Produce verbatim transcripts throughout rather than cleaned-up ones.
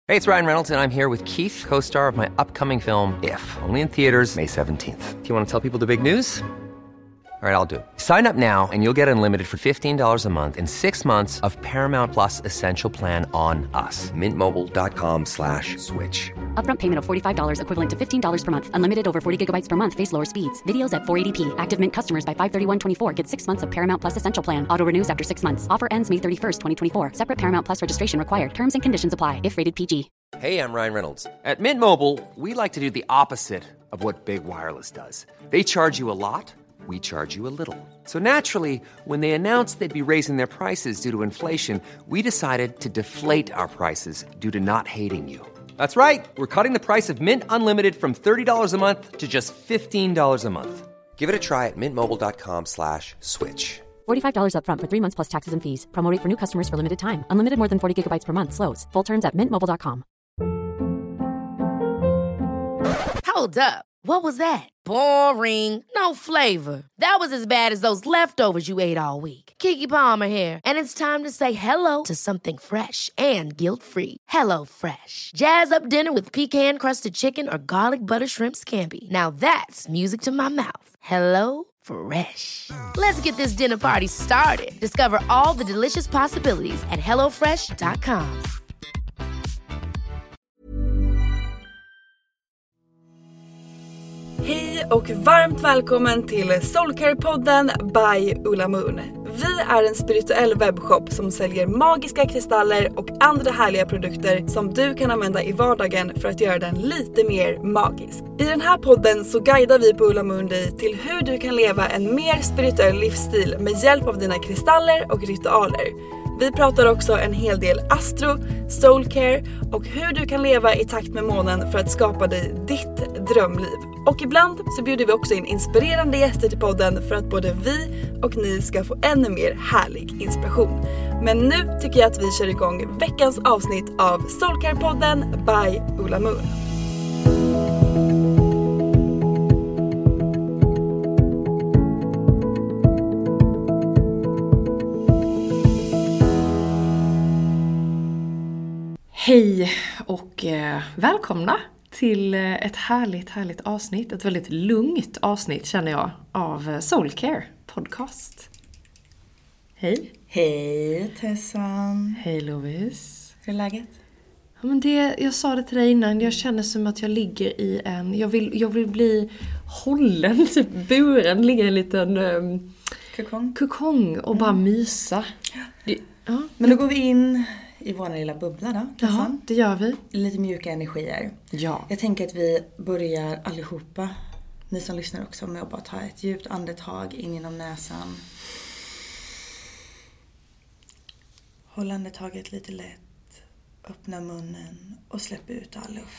Hey, it's Ryan Reynolds, and I'm here with Keith, co-star of my upcoming film, If, only in theaters May seventeenth. Do you want to tell people the big news? All right, I'll do it. Sign up now and you'll get unlimited for fifteen dollars a month and six months of Paramount Plus Essential Plan on us. Mint Mobile dot com slash switch. Upfront payment of forty-five dollars equivalent to fifteen dollars per month. Unlimited over forty gigabytes per month. Face lower speeds. Videos at four eighty p. Active Mint customers by five thirty-one twenty-four get six months of Paramount Plus Essential Plan. Auto renews after six months. Offer ends May thirty-first, twenty twenty-four. Separate Paramount Plus registration required. Terms and conditions apply if rated P G. Hey, I'm Ryan Reynolds. At Mint Mobile, we like to do the opposite of what Big Wireless does. They charge you a lot. We charge you a little. So naturally, when they announced they'd be raising their prices due to inflation, we decided to deflate our prices due to not hating you. That's right. We're cutting the price of Mint Unlimited from thirty dollars a month to just fifteen dollars a month. Give it a try at mintmobile.com slash switch. forty-five dollars upfront for three months plus taxes and fees. Promo rate for new customers for limited time. Unlimited more than forty gigabytes per month. Slows full terms at mint mobile dot com. Hold up. What was that? Boring. No flavor. That was as bad as those leftovers you ate all week. Keke Palmer here. And it's time to say hello to something fresh and guilt-free. Hello Fresh. Jazz up dinner with pecan-crusted chicken or garlic butter shrimp scampi. Now that's music to my mouth. Hello Fresh. Let's get this dinner party started. Discover all the delicious possibilities at hello fresh dot com. Hej och varmt välkommen till Soulcare-podden by Ulla Moon. Vi är en spirituell webbshop som säljer magiska kristaller och andra härliga produkter som du kan använda i vardagen för att göra den lite mer magisk. I den här podden så guidar vi på Ulla Moon dig till hur du kan leva en mer spirituell livsstil med hjälp av dina kristaller och ritualer. Vi pratar också en hel del astro, soulcare och hur du kan leva i takt med månen för att skapa dig ditt drömliv. Och ibland så bjuder vi också in inspirerande gäster till podden för att både vi och ni ska få ännu mer härlig inspiration. Men nu tycker jag att vi kör igång veckans avsnitt av Soulcare-podden by Ulla Moon. Hej och eh, välkomna till ett härligt, härligt avsnitt. Ett väldigt lugnt avsnitt känner jag av Soulcare podcast. Hej. Hej Tessan. Hej Lovis. Hur är läget? Ja, men det, jag sa det till dig innan, jag känner som att jag ligger i en, jag vill, jag vill bli hållen, typ buren, ligga i en liten um, kokong. kokong och bara mm. mysa. Det, ja. Men då går vi in i vår lilla bubbla då, Tessan. Ja, det gör vi. Lite mjuka energier. Ja. Jag tänker att vi börjar allihopa, ni som lyssnar också, med att bara ta ett djupt andetag in genom näsan. Håll andetaget lite lätt. Öppna munnen och släpp ut all luft.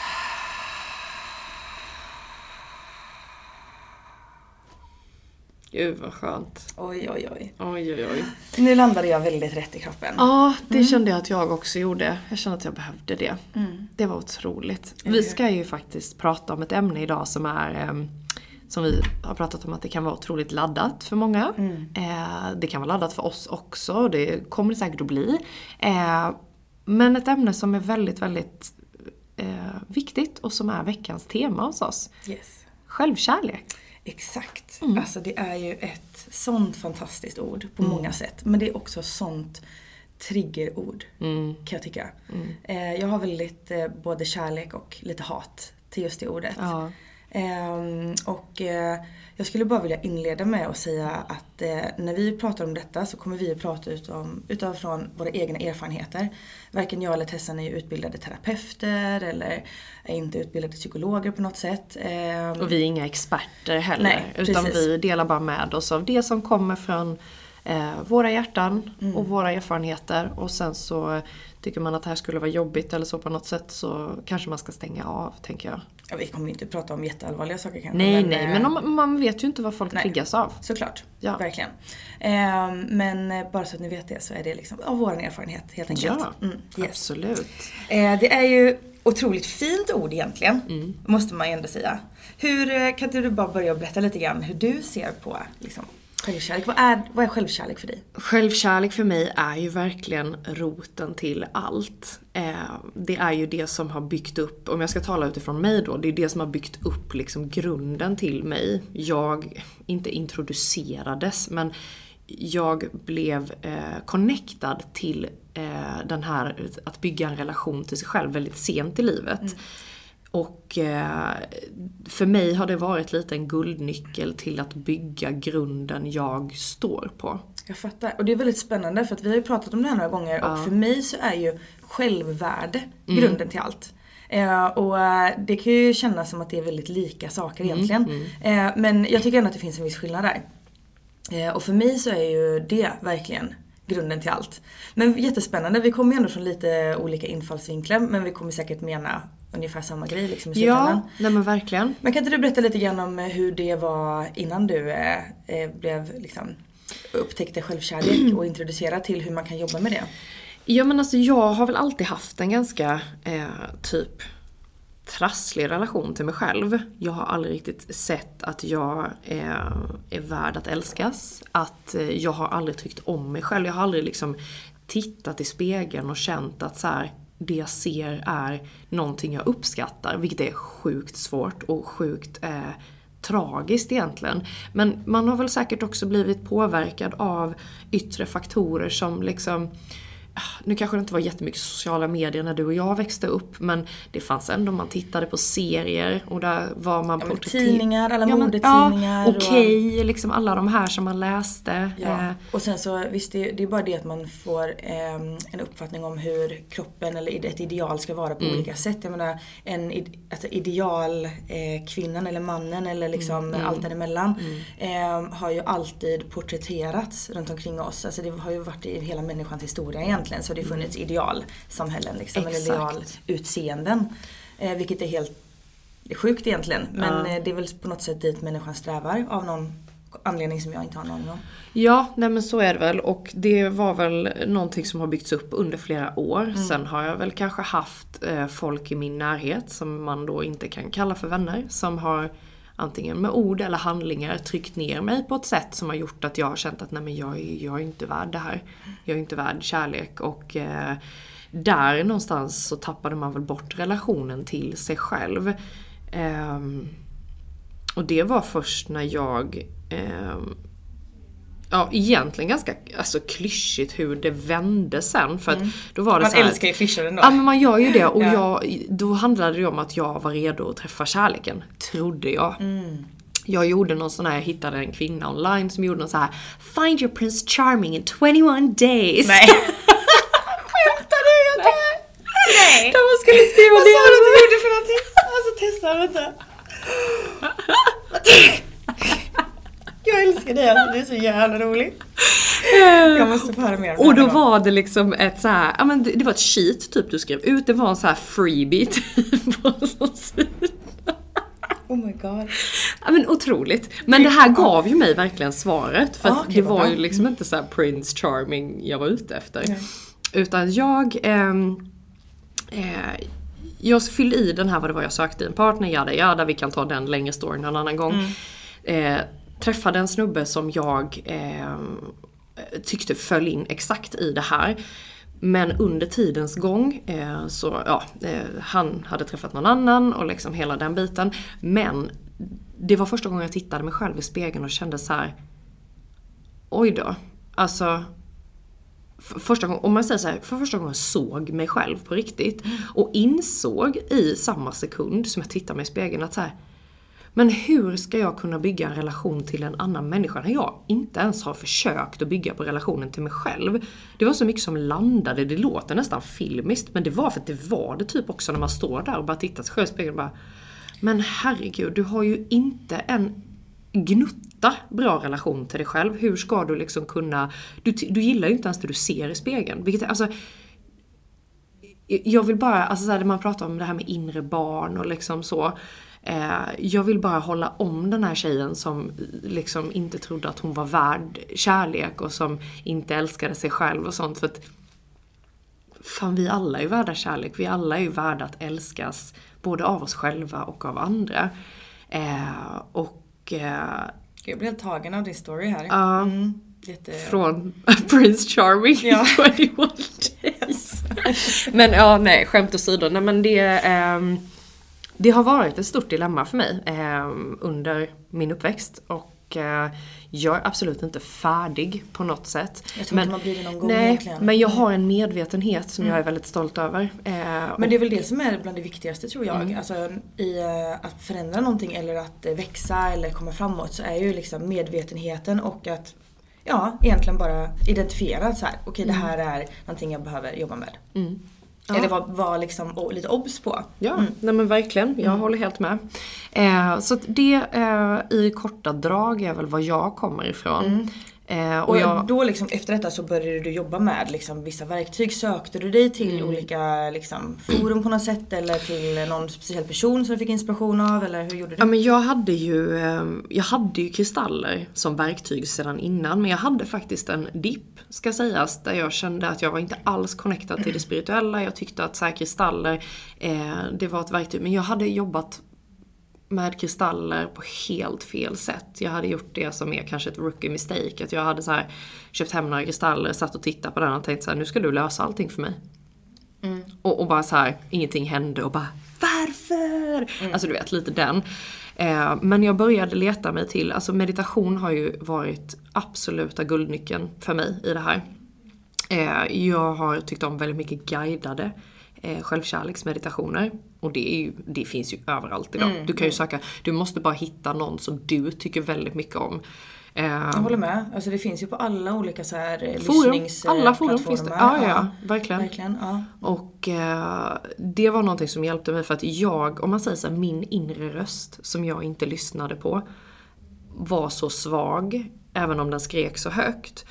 Gud vad skönt. Oj, oj, oj. Oj, oj, oj. Nu landade jag väldigt rätt i kroppen. Ja, det mm. kände jag att jag också gjorde. Jag kände att jag behövde det. Mm. Det var otroligt. Mm. Vi ska ju faktiskt prata om ett ämne idag som är... Um, som vi har pratat om att det kan vara otroligt laddat för många. Mm. Eh, det kan vara laddat för oss också. Det kommer det säkert att bli. Eh, men ett ämne som är väldigt, väldigt eh, viktigt och som är veckans tema hos oss. Yes. Självkärlek. Exakt. Mm. Alltså det är ju ett sånt fantastiskt ord på Mm. många sätt. Men det är också sånt triggerord Mm. kan jag tycka. Mm. Eh, jag har väldigt eh, både kärlek och lite hat till just det ordet. Ja. Eh, och eh, jag skulle bara vilja inleda med att säga att eh, när vi pratar om detta så kommer vi att prata utom, utifrån våra egna erfarenheter. Varken jag eller Tessan är utbildade terapeuter eller är inte utbildade psykologer på något sätt. Eh, och vi är inga experter heller. Nej, utan precis. vi delar bara med oss av det som kommer från eh, våra hjärtan Mm. och våra erfarenheter. Och sen så tycker man att det här skulle vara jobbigt eller så på något sätt, så kanske man ska stänga av, tänker jag. Ja, vi kommer inte prata om jätteallvarliga saker kanske. Nej, men, nej, men om, man vet ju inte vad folk nej. triggas av. Såklart, Ja. verkligen. Eh, men bara så att ni vet det så är det liksom av vår erfarenhet helt enkelt. Ja, mm, yes. absolut. Eh, det är ju otroligt fint ord egentligen, Mm. måste man ju ändå säga. Hur, kan inte du bara börja berätta lite grann hur du ser på liksom, Självkärlek, vad är, vad är självkärlek för dig? Självkärlek för mig är ju verkligen roten till allt. Eh, det är ju det som har byggt upp, om jag ska tala utifrån mig då, det är det som har byggt upp liksom grunden till mig. Jag, inte introducerades, men jag blev eh, connectad till eh, den här, att bygga en relation till sig själv väldigt sent i livet. Mm. Och eh, för mig har det varit lite en guldnyckel till att bygga grunden jag står på. Jag fattar. Och det är väldigt spännande för att vi har ju pratat om det här några gånger. Ja. Och för mig så är ju självvärde grunden mm. till allt. Eh, och det kan ju kännas som att det är väldigt lika saker egentligen. Mm. Mm. Eh, men jag tycker ändå att det finns en viss skillnad där. Eh, och för mig så är ju det verkligen grunden till allt. Men jättespännande. Vi kommer ju ändå från lite olika infallsvinklar. Men vi kommer säkert mena ungefär samma grej liksom i slutändan. Ja, nej men verkligen. Men kan inte du berätta lite grann om hur det var innan du eh, blev liksom upptäckte självkärlek och introducerad till hur man kan jobba med det? Ja men alltså jag har väl alltid haft en ganska eh, typ trasslig relation till mig själv. Jag har aldrig riktigt sett att jag är, är värd att älskas. Att eh, jag har aldrig tyckt om mig själv. Jag har aldrig liksom tittat i spegeln och känt att så här, det jag ser är någonting jag uppskattar. Vilket är sjukt svårt och sjukt eh, tragiskt egentligen. Men man har väl säkert också blivit påverkad av yttre faktorer som liksom... Nu kanske det inte var jättemycket sociala medier när du och jag växte upp, men det fanns ändå, man tittade på serier och där var man ja, på tidningar, alla ja, modetidningar. Ja, okej, och... liksom alla de här som man läste. Ja. Eh. Och sen så, visst det, det är bara det att man får eh, en uppfattning om hur kroppen eller ett ideal ska vara på mm. olika sätt. Jag menar, en alltså ideal eh, kvinnan eller mannen eller liksom mm. allt däremellan mm. eh, har ju alltid porträtterats runt omkring oss. Alltså det har ju varit i hela människans historia egentligen. Så det har funnits idealsamhällen liksom, eller ideal utseenden. Eh, vilket är helt det är sjukt egentligen. Men ja. eh, det är väl på något sätt dit människan strävar av någon anledning som jag inte har någon om. Ja, nej men så är det väl. Och det var väl någonting som har byggts upp under flera år. Mm. Sen har jag väl kanske haft eh, folk i min närhet som man då inte kan kalla för vänner. Som har antingen med ord eller handlingar tryckt ner mig på ett sätt som har gjort att jag har känt att nej men jag, jag är inte värd det här. Jag är inte värd kärlek. Och eh, där någonstans så tappade man väl bort relationen till sig själv. Eh, och det var först när jag... Eh, ja, egentligen ganska alltså, klyschigt hur det vände sen. För att då var det man så här, älskar ju klyschor ändå. Ja, men man gör ju det. Och ja. jag, då handlade det om att jag var redo att träffa kärleken. Trodde jag. Mm. Jag gjorde någon sån här, jag hittade en kvinna online som gjorde någon så här Find your Prince Charming in twenty-one days. Nej. Skämtar du? Nej. Nej. De skulle skriva vad det. Vad sa du att du gjorde för någonting? Alltså testa, vänta. Jag älskar dig, alltså, det är så jävla roligt. Jag måste få höra mer om och då var det liksom ett så här, ja men det, det var ett sheet typ du skrev ut, det var en så här freebie på en sån sida. Oh my god. Ja men otroligt. Men det här gav ju mig verkligen svaret. För ah, att okay, det var bra. ju liksom inte så här Prince Charming jag var ute efter. Nej. Utan jag eh, eh, jag fyllde i den här vad det var jag sökte i en partner. Jada, jada, vi kan ta den längre storyn en annan gång. Mm. Eh, träffade en snubbe som jag eh, tyckte föll in exakt i det här. Men under tidens gång eh, så ja, eh, han hade träffat någon annan och liksom hela den biten. Men det var första gången jag tittade mig själv i spegeln och kände så här, oj då. Alltså för första gången, om man säger så här, för första gången såg mig själv på riktigt. Mm. Och insåg i samma sekund som jag tittade mig i spegeln att så här, men hur ska jag kunna bygga en relation till en annan människa när jag inte ens har försökt att bygga på relationen till mig själv? Det var så mycket som landade, det låter nästan filmiskt, men det var för att det var det typ också när man står där och bara tittar sig själv i spegeln och bara, men herregud, du har ju inte en gnutta bra relation till dig själv. Hur ska du liksom kunna, du, du gillar ju inte ens det du ser i spegeln. Vilket, alltså, jag vill bara, alltså så här, man pratar om det här med inre barn och liksom så. Jag vill bara hålla om den här tjejen som liksom inte trodde att hon var värd kärlek och som inte älskade sig själv och sånt. För att fan, vi alla är ju värda kärlek. Vi alla är ju värda att älskas både av oss själva och av andra. Eh, och eh, Jag blir helt tagen av din story här. Ja. Mm. Jätte... Från Prince Charming ja. tjugoett days. Men ja, nej, skämt åsido. Nej, men det, um, det har varit ett stort dilemma för mig um, under min uppväxt. Och uh, jag är absolut inte färdig på något sätt. Jag tror men, inte man blir det någon gång nej, egentligen. men jag har en medvetenhet som mm. jag är väldigt stolt över. Uh, men det är väl det som är bland det viktigaste tror jag. Mm. Alltså, i uh, att förändra någonting eller att uh, växa eller komma framåt så är ju liksom medvetenheten och att ja, egentligen bara identifiera så här. Okej, okay, mm. det här är någonting jag behöver jobba med. Mm. Ja. Eller vara var liksom o, lite obs på. Ja, mm. nej men verkligen. Jag mm. håller helt med. Eh, så att det eh, i korta drag är väl var jag kommer ifrån. Mm. Eh, och och jag... då liksom efter detta så började du jobba med liksom vissa verktyg. Sökte du dig till mm. olika liksom, forum på något sätt eller till någon speciell person som du fick inspiration av eller hur gjorde du? Ja, men jag hade ju eh, jag hade ju kristaller som verktyg sedan innan, men jag hade faktiskt en dipp ska sägas där jag kände att jag var inte alls connectad till det spirituella. Jag tyckte att så här, kristaller eh, det var ett verktyg, men jag hade jobbat med kristaller på helt fel sätt. Jag hade gjort det som är kanske ett rookie mistake. Att jag hade så här, köpt hem några kristaller, satt och tittat på den och tänkt så här, nu ska du lösa allting för mig. Mm. Och, och bara så här, ingenting hände och bara, varför? Mm. Alltså du vet, lite den. Eh, men jag började leta mig till, alltså meditation har ju varit absoluta guldnyckeln för mig i det här. Eh, jag har tyckt om väldigt mycket guidade eh, självkärleksmeditationer. Och det, är ju, det finns ju överallt idag. Mm, du kan ju söka, du måste bara hitta någon som du tycker väldigt mycket om. Eh, jag håller med. Alltså det finns ju på alla olika så här forum. Alla forum finns det. Ja, ja, ja. verkligen. verkligen ja. Och eh, det var någonting som hjälpte mig för att jag, om man säger så här, min inre röst som jag inte lyssnade på var så svag, även om den skrek så högt.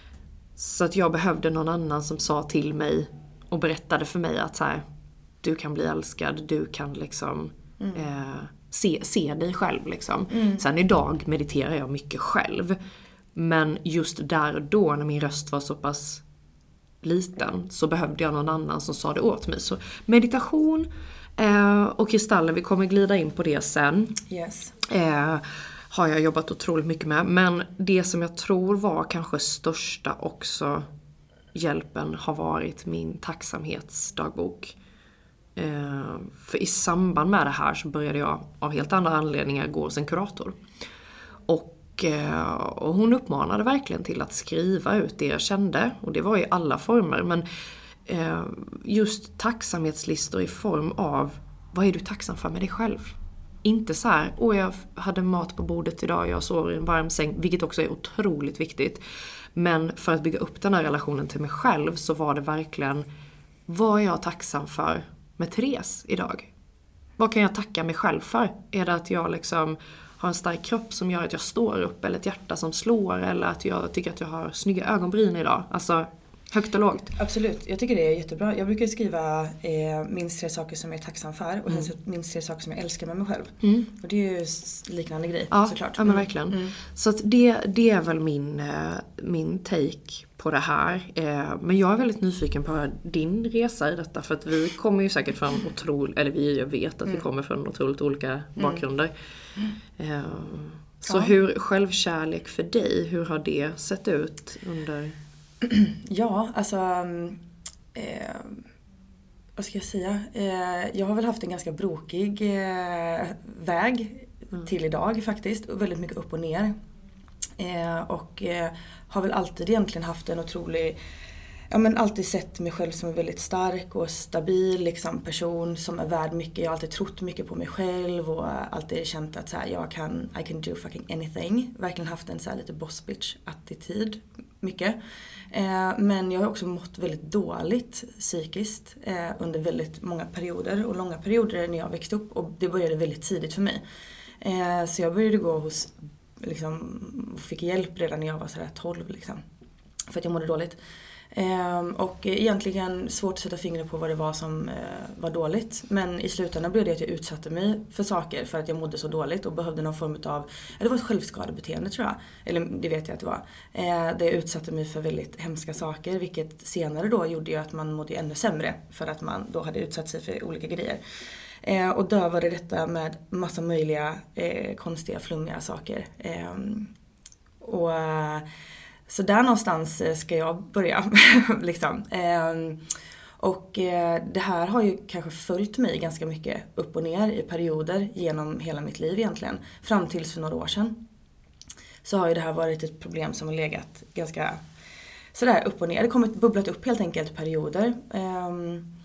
Så att jag behövde någon annan som sa till mig och berättade för mig att så här, du kan bli älskad, du kan liksom mm. eh, se, se dig själv liksom. Mm. Sen idag mediterar jag mycket själv. Men just där och då när min röst var så pass liten så behövde jag någon annan som sa det åt mig. Så meditation eh, och kristaller, vi kommer glida in på det sen. Yes. Eh, har jag jobbat otroligt mycket med. Men det som jag tror var kanske största också hjälpen har varit min tacksamhetsdagbok. Uh, för i samband med det här så började jag av helt andra anledningar gå hos en kurator. Och, uh, och hon uppmanade verkligen till att skriva ut det jag kände. Och det var i alla former. Men uh, just tacksamhetslistor i form av vad är du tacksam för med dig själv? Inte så här, åh jag hade mat på bordet idag, jag sover i en varm säng. Vilket också är otroligt viktigt. Men för att bygga upp den här relationen till mig själv så var det verkligen, vad är jag tacksam för med Therese idag? Vad kan jag tacka mig själv för? Är det att jag liksom har en stark kropp som gör att jag står upp, eller ett hjärta som slår, eller att jag tycker att jag har snygga ögonbryn idag? Alltså högt och lågt. Absolut, jag tycker det är jättebra. Jag brukar skriva eh, minst tre saker som jag är tacksam för och mm. sen minst tre saker som jag älskar med mig själv. Mm. Och det är ju liknande grej, ja, såklart. Ja, men verkligen. Mm. Så att det, det är väl min, min take på det här. Men jag är väldigt nyfiken på din resa i detta, för att vi kommer ju säkert från otroligt, eller vi jag vet att mm. vi kommer från otroligt olika bakgrunder. Mm. Så ja. Hur självkärlek för dig, hur har det sett ut under... Ja, alltså eh, vad ska jag säga? Eh, jag har väl haft en ganska brokig eh, väg mm. till idag faktiskt. Och väldigt mycket upp och ner. Eh, och eh, har väl alltid egentligen haft en otrolig... Ja, men alltid sett mig själv som en väldigt stark och stabil liksom, person som är värd mycket. Jag har alltid trott mycket på mig själv och alltid känt att så här, jag kan, I can do fucking anything. Verkligen haft en så här lite boss bitch attityd mycket. Eh, men jag har också mått väldigt dåligt psykiskt eh, under väldigt många perioder och långa perioder när jag växte upp, och det började väldigt tidigt för mig. Eh, så jag började gå hos, liksom, och fick hjälp redan när jag var så här tolv liksom, för att jag mådde dåligt. Um, och egentligen svårt att sätta fingret på vad det var som uh, var dåligt. Men i slutändan blev det att jag utsatte mig för saker för att jag mådde så dåligt och behövde någon form av, det var ett självskadebeteende tror jag. Eller det vet jag att det var. Uh, det utsatte mig för väldigt hemska saker, vilket senare då gjorde ju att man mådde ännu sämre för att man då hade utsatt sig för olika grejer. Eh, och dövade detta med massa möjliga eh, konstiga, flummiga saker. Eh, och så där någonstans ska jag börja. liksom. Eh, och eh, det här har ju kanske följt mig ganska mycket upp och ner i perioder genom hela mitt liv egentligen. Fram tills för några år sedan. Så har ju det här varit ett problem som har legat ganska sådär upp och ner. Det har kommit bubblat upp helt enkelt perioder. Um,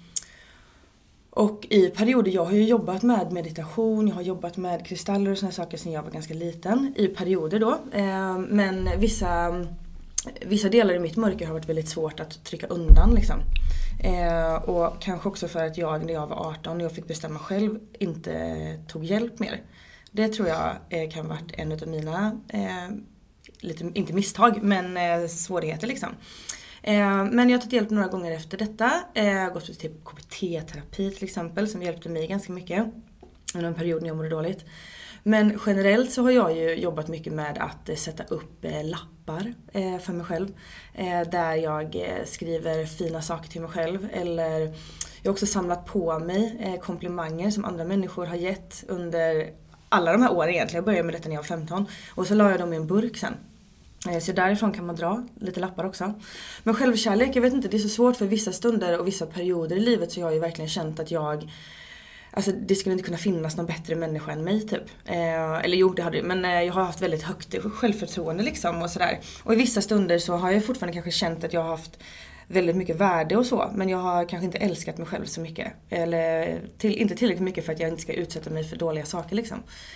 och i perioder, jag har ju jobbat med meditation, jag har jobbat med kristaller och sådana saker sedan jag var ganska liten. I perioder då. Um, men vissa, vissa delar i mitt mörker har varit väldigt svårt att trycka undan liksom. Uh, och kanske också för att jag när jag var arton och jag fick bestämma själv inte tog hjälp mer. Det tror jag eh, kan ha varit en av mina, eh, lite, inte misstag, men eh, svårigheter liksom. Eh, men jag har tagit hjälp några gånger efter detta. Eh, jag har gått till K B T-terapi till exempel, som hjälpte mig ganska mycket under en period när jag mådde dåligt. Men generellt så har jag ju jobbat mycket med att eh, sätta upp eh, lappar eh, för mig själv. Eh, där jag eh, skriver fina saker till mig själv. Eller jag har också samlat på mig eh, komplimanger som andra människor har gett under alla de här åren egentligen. Jag började med detta när jag var femton. Och så la jag dem i en burk sen. Så därifrån kan man dra lite lappar också. Men självkärlek, jag vet inte, det är så svårt för vissa stunder och vissa perioder i livet. Så jag har ju verkligen känt att jag... Alltså det skulle inte kunna finnas någon bättre människa än mig typ. Eh, eller jo, det hade jag. Men eh, jag har haft väldigt högt självförtroende liksom och sådär. Och i vissa stunder så har jag fortfarande kanske känt att jag har haft väldigt mycket värde och så. Men jag har kanske inte älskat mig själv så mycket. Eller till, inte tillräckligt mycket för att jag inte ska utsätta mig för dåliga saker liksom.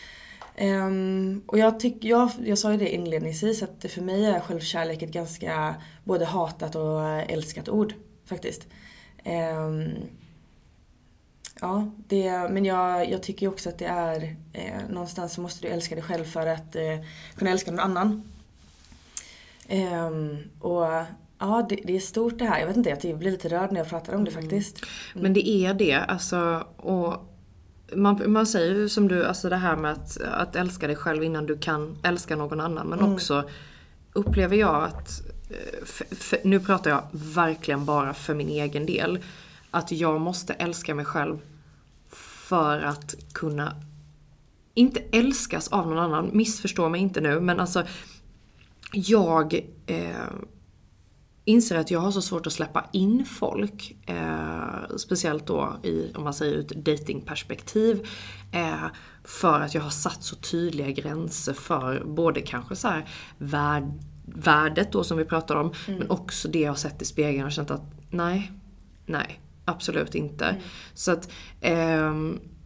Um, och jag, tyck, jag, jag sa ju det inledningsvis att för mig är självkärlek ett ganska både hatat och älskat ord faktiskt. Um, ja, det, men jag, jag tycker också att det är eh, någonstans så måste du älska dig själv för att eh, kunna älska någon annan. Um, och ja, det, det är stort det här. Jag vet inte, jag blir lite rörd när jag pratar om det faktiskt. Mm. Men det är det, alltså, och man, man säger ju som du, alltså det här med att, att älska dig själv innan du kan älska någon annan. Men mm. också upplever jag att, för, för, nu pratar jag verkligen bara för min egen del, att jag måste älska mig själv för att kunna inte älskas av någon annan. Missförstå mig inte nu, men alltså jag eh, inser att jag har så svårt att släppa in folk. Eh, speciellt då i, om man säger ut datingperspektiv. Eh, för att jag har satt så tydliga gränser för både kanske så här värd, värdet då som vi pratar om. Mm. Men också det jag har sett i spegeln och känt att nej, nej, absolut inte. Mm. Så att eh,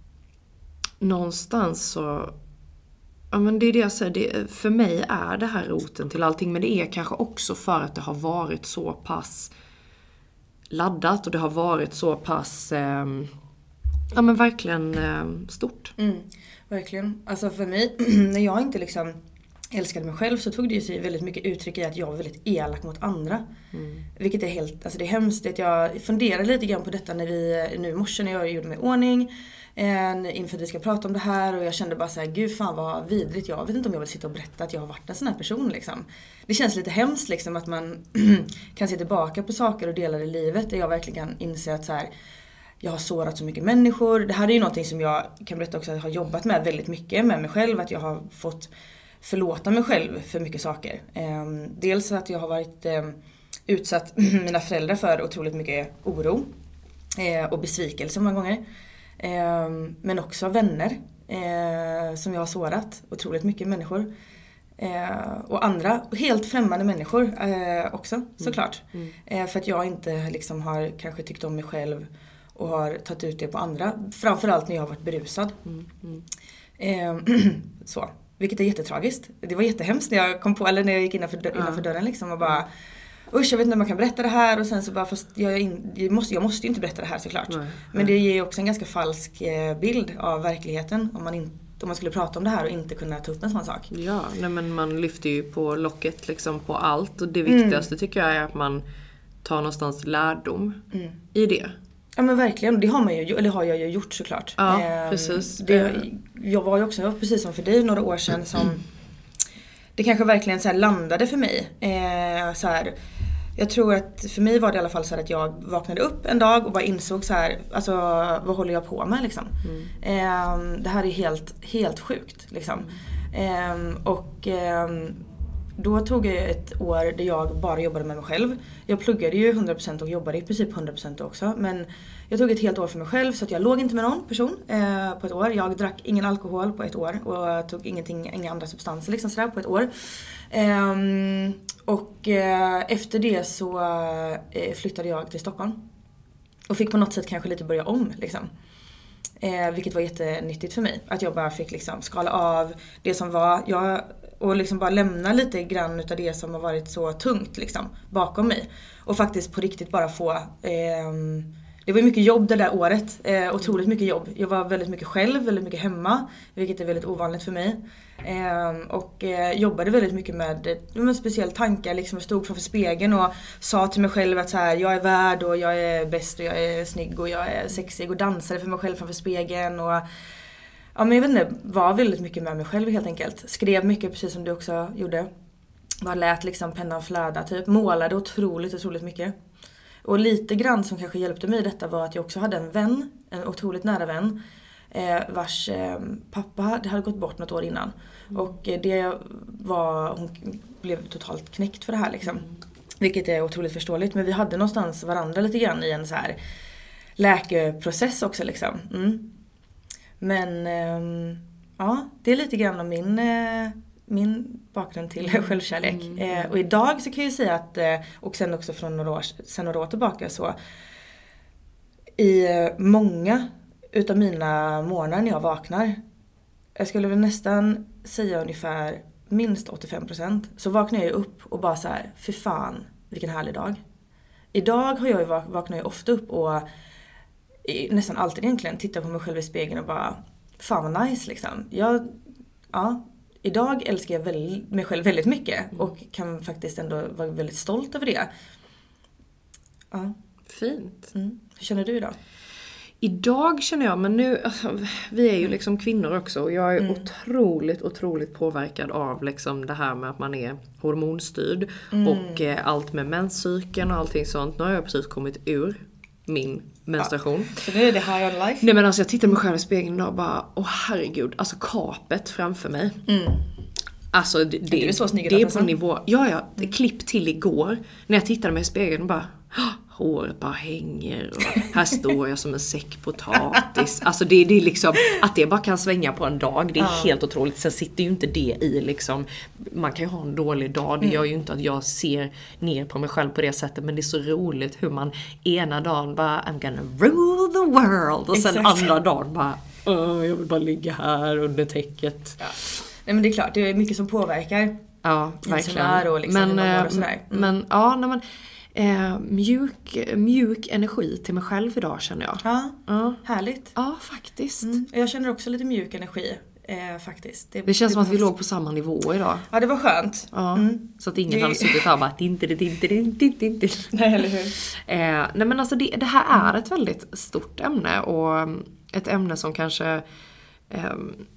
någonstans så... Ja, men det är det jag säger. Det, för mig är det här roten till allting. Men det är kanske också för att det har varit så pass laddat. Och det har varit så pass eh, ja, men verkligen eh, stort. Mm, verkligen. Alltså för mig, när jag inte liksom älskade mig själv så tog det ju sig väldigt mycket uttryck i att jag var väldigt elak mot andra. Mm. Vilket är helt, alltså det är hemskt. Att jag funderade lite grann på detta när vi, nu i morse när jag gjorde mig i ordning. Inför att vi ska prata om det här. Och jag kände bara så här, gud fan vad vidrigt. Jag vet inte om jag vill sitta och berätta att jag har varit en sån här person liksom. Det känns lite hemskt liksom att man kan se tillbaka på saker och delar i livet. Där jag verkligen kan inse att så här, jag har sårat så mycket människor. Det här är ju någonting som jag kan berätta också att jag har jobbat med väldigt mycket med mig själv. Att jag har fått förlåta mig själv för mycket saker. Dels att jag har varit utsatt mina föräldrar för otroligt mycket oro och besvikelse många gånger. Eh, men också vänner eh, som jag har sårat otroligt mycket människor eh, och andra helt främmande människor eh, också såklart mm. Mm. Eh, för att jag inte liksom har kanske tyckt om mig själv och har tagit ut det på andra, framförallt när jag har varit berusad. Mm. Mm. Eh, så, vilket är jättetragiskt. Det var jättehemskt när jag kom på, eller när jag gick innanför, dörr, innanför dörren liksom och bara usch, jag vet inte om man kan berätta det här. Och sen så bara, fast jag, in, jag, måste, jag måste ju inte berätta det här såklart. Nej, nej. Men det ger ju också en ganska falsk bild av verkligheten. Om man, in, om man skulle prata om det här och inte kunna ta upp en sån sak. Ja, nej, men man lyfter ju på locket liksom på allt. Och det viktigaste mm. tycker jag är att man tar någonstans lärdom mm. i det. Ja men verkligen, det har man ju, eller har jag ju gjort såklart. Ja, ehm, precis. Det, jag var ju också, precis som för dig, några år sedan som... Det kanske verkligen så här landade för mig. Eh, så här, Jag tror att för mig var det i alla fall så här att jag vaknade upp en dag och bara insåg så här, alltså vad håller jag på med liksom. Mm. Eh, det här är helt, helt sjukt liksom. Mm. Eh, och eh, då tog jag ett år där jag bara jobbade med mig själv. Jag pluggade ju hundra procent och jobbade i princip hundra procent också. Men jag tog ett helt år för mig själv så att jag låg inte med någon person eh, på ett år. Jag drack ingen alkohol på ett år och tog ingenting, inga andra substanser liksom sådär på ett år. Eh, och eh, efter det så eh, flyttade jag till Stockholm. Och fick på något sätt kanske lite börja om liksom. Eh, vilket var jättenyttigt för mig. Att jag bara fick liksom skala av det som var. Jag, och liksom bara lämna lite grann utav det som har varit så tungt liksom, bakom mig. Och faktiskt på riktigt bara få... Eh, det var mycket jobb det där året. Eh, otroligt mycket jobb. Jag var väldigt mycket själv, väldigt mycket hemma. Vilket är väldigt ovanligt för mig. Eh, och eh, jobbade väldigt mycket med, med speciella tankar. Liksom, jag stod framför spegeln och sa till mig själv att så här, jag är värd och jag är bäst och jag är snygg och jag är sexig. Och dansade för mig själv framför spegeln. Och, ja, men jag vet inte, var väldigt mycket med mig själv helt enkelt. Skrev mycket precis som du också gjorde. Bara lät liksom pennan flöda typ. Målade otroligt, otroligt mycket. Och lite grann som kanske hjälpte mig i detta var att jag också hade en vän, en otroligt nära vän, eh, vars eh, pappa hade, hade gått bort något år innan. Mm. Och det var, hon blev totalt knäckt för det här liksom. Mm. Vilket är otroligt förståeligt, men vi hade någonstans varandra lite grann i en så här läkeprocess också liksom. Mm. Men eh, ja, det är lite grann om min... Eh, min bakgrund till mm. självkärlek. Mm. Eh, och idag så kan jag säga att, eh, och sen också från några år, sen några år tillbaka så, i eh, många utav mina morgnar när jag vaknar, jag skulle väl nästan säga ungefär minst åttiofem procent, så vaknar jag upp och bara så här, fy fan, vilken härlig dag. Idag har jag ju vak- vaknar jag ofta upp och i, nästan alltid egentligen tittar på mig själv i spegeln och bara, fan vad nice liksom. Jag, ja, idag älskar jag väl, mig själv väldigt mycket och kan faktiskt ändå vara väldigt stolt över det. Ja. Fint. Mm. Hur känner du idag? Idag känner jag, men nu, alltså, vi är ju liksom kvinnor också och jag är mm. otroligt, otroligt påverkad av liksom det här med att man är hormonstyrd mm. och eh, allt med menscykeln och allting sånt. Nu har jag precis kommit ur min menstruation. Ja. Så nu är det high on life? Nej, men alltså jag tittar mig själv i spegeln och bara, åh herregud, alltså kapet framför mig. Mm. Alltså det, det, är, så det är på nivå, ja ja, det klipp till igår när jag tittade mig i spegeln och bara, håret bara hänger och här står jag som en säck potatis. Alltså det, det är liksom, att det bara kan svänga på en dag, det är ja. helt otroligt. Sen sitter ju inte det i liksom, man kan ju ha en dålig dag, det mm. gör ju inte att jag ser ner på mig själv på det sättet, men det är så roligt hur man ena dagen bara, I'm gonna rule the world, och sen Exakt. andra dagen bara, jag vill bara ligga här under täcket. Ja. Nej, men det är klart, det är mycket som påverkar. Ja, verkligen. Och liksom men, och sådär. Mm. men ja, nej, men eh, mjuk, mjuk energi till mig själv idag känner jag. Ja, ja. Härligt. Ja, faktiskt. Mm. Jag känner också lite mjuk energi. Eh, faktiskt. Det, det känns det som att vi låg på samma nivå idag. Ja, det var skönt. Ja, mm. Så att ingen det... hade suttit här och bara inte det inte det inte inte. Nej, eller hur? Eh, nej, men alltså det, det här är ett väldigt stort ämne och ett ämne som kanske eh,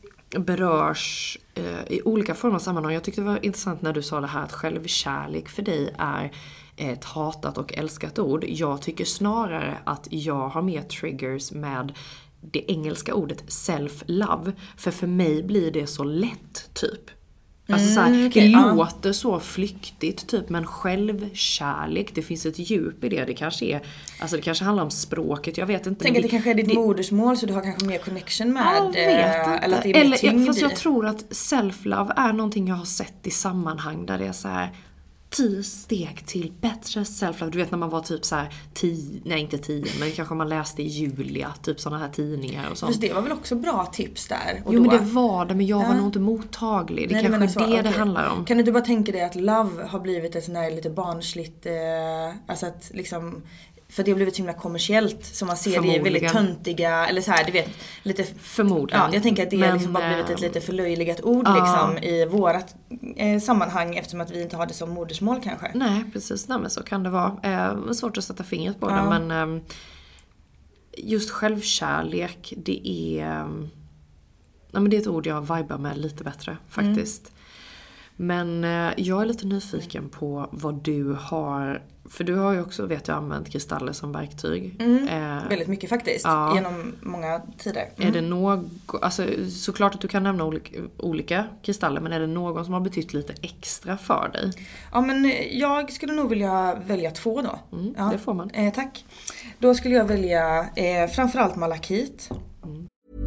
berörs eh, i olika former av sammanhang. Jag tyckte det var intressant när du sa det här att självkärlek för dig är ett hatat och älskat ord. Jag tycker snarare att jag har mer triggers med det engelska ordet self-love. För för mig blir det så lätt typ. Alltså så här, mm, okay, det ja. låter så flyktigt typ, men självkärlek, det finns ett djup i det. Det kanske är, alltså det kanske handlar om språket, jag vet inte. Tänk att det, det kanske är ditt det, modersmål så du har kanske mer connection med. Jag vet inte. Eller att det är mer eller, fast jag i. tror att self-love är någonting jag har sett i sammanhang där det är så här tio steg till bättre self-love. Du vet när man var typ så här tio, nej inte tio, men kanske man läste i Julia, typ sådana här tidningar och sånt. Fast det var väl också bra tips där? Och jo, då. Men det var det, men jag ja. var nog inte mottaglig. Det nej, kanske är så, det okay. det handlar om. Kan du inte bara tänka dig att love har blivit ett sån här lite barnsligt, eh, alltså att liksom, för det har blivit så himla kommersiellt, som man ser det är väldigt töntiga, eller så här, du vet, lite förmodligen. Ja, jag tänker att det har liksom bara blivit ett lite förlöjligat ord uh, liksom i vårat eh, sammanhang, eftersom att vi inte har det som modersmål kanske. Nej, precis. Nej, men så kan det vara. Eh, svårt att sätta fingret på uh. det, men eh, just självkärlek, det är eh, nej, men det är ett ord jag vibar med lite bättre faktiskt. Mm. Men eh, jag är lite nyfiken på vad du har, för du har ju också, vet jag, använt kristaller som verktyg. Mm, eh, väldigt mycket faktiskt, ja. Genom många tider. Mm. Är det något, alltså såklart att du kan nämna olika, olika kristaller, men är det någon som har betytt lite extra för dig? Ja, men jag skulle nog vilja välja två då. Mm, ja. Det får man. Eh, tack. Då skulle jag välja eh, framförallt malakit. Mm.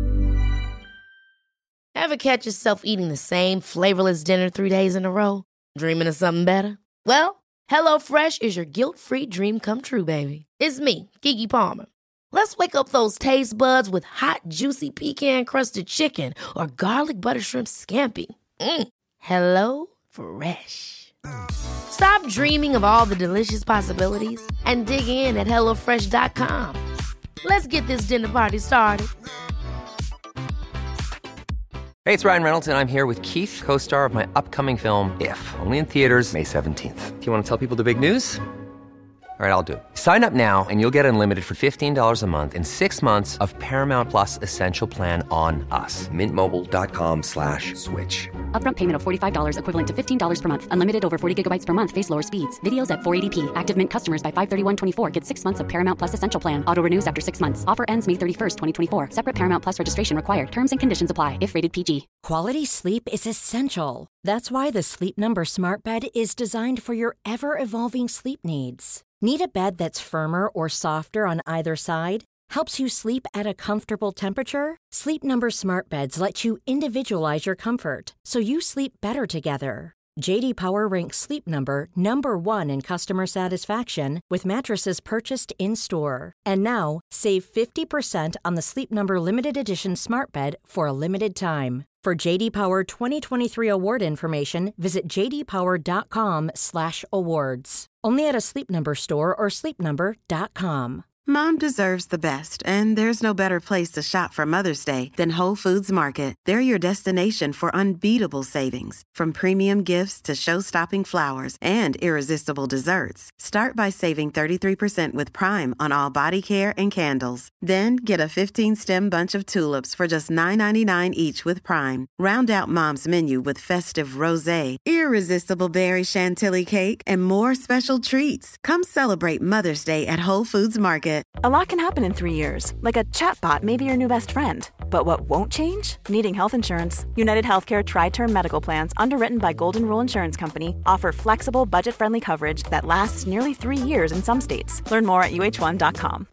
Ever catch yourself eating the same flavorless dinner three days in a row? Dreaming of something better? Well, HelloFresh is your guilt-free dream come true, baby. It's me, Keke Palmer. Let's wake up those taste buds with hot, juicy pecan-crusted chicken or garlic butter shrimp scampi. Mm. Hello Fresh. Stop dreaming of all the delicious possibilities and dig in at hello fresh dot com. Let's get this dinner party started. Hey, it's Ryan Reynolds, and I'm here with Keith, co-star of my upcoming film, If, only in theaters May seventeenth. Do you want to tell people the big news? All right, I'll do it. Sign up now and you'll get unlimited for fifteen dollars a month and six months of Paramount Plus Essential Plan on us. Mint Mobile dot com slash switch. Upfront payment of forty-five dollars equivalent to fifteen dollars per month. Unlimited over forty gigabytes per month. Face lower speeds. Videos at four eighty p. Active Mint customers by five thirty-one twenty-four get six months of Paramount Plus Essential Plan. Auto renews after six months. Offer ends May thirty-first, twenty twenty-four. Separate Paramount Plus registration required. Terms and conditions apply if rated P G. Quality sleep is essential. That's why the Sleep Number Smart Bed is designed for your ever-evolving sleep needs. Need a bed that's firmer or softer on either side? Helps you sleep at a comfortable temperature? Sleep Number Smart Beds let you individualize your comfort, so you sleep better together. J D Power ranks Sleep Number number one in customer satisfaction with mattresses purchased in-store. And now, save fifty percent on the Sleep Number Limited Edition Smart Bed for a limited time. For J D Power twenty twenty-three award information, visit j d power dot com slash awards. Only at a Sleep Number store or sleep number dot com. Mom deserves the best, and there's no better place to shop for Mother's Day than Whole Foods Market. They're your destination for unbeatable savings, from premium gifts to show-stopping flowers and irresistible desserts. Start by saving thirty-three percent with Prime on all body care and candles. Then get a fifteen-stem bunch of tulips for just nine ninety-nine each with Prime. Round out Mom's menu with festive rosé, irresistible berry chantilly cake, and more special treats. Come celebrate Mother's Day at Whole Foods Market. A lot can happen in three years, like a chatbot may be your new best friend. But what won't change? Needing health insurance. United Healthcare Tri-Term Medical Plans, underwritten by Golden Rule Insurance Company, offer flexible, budget-friendly coverage that lasts nearly three years in some states. Learn more at u h one dot com.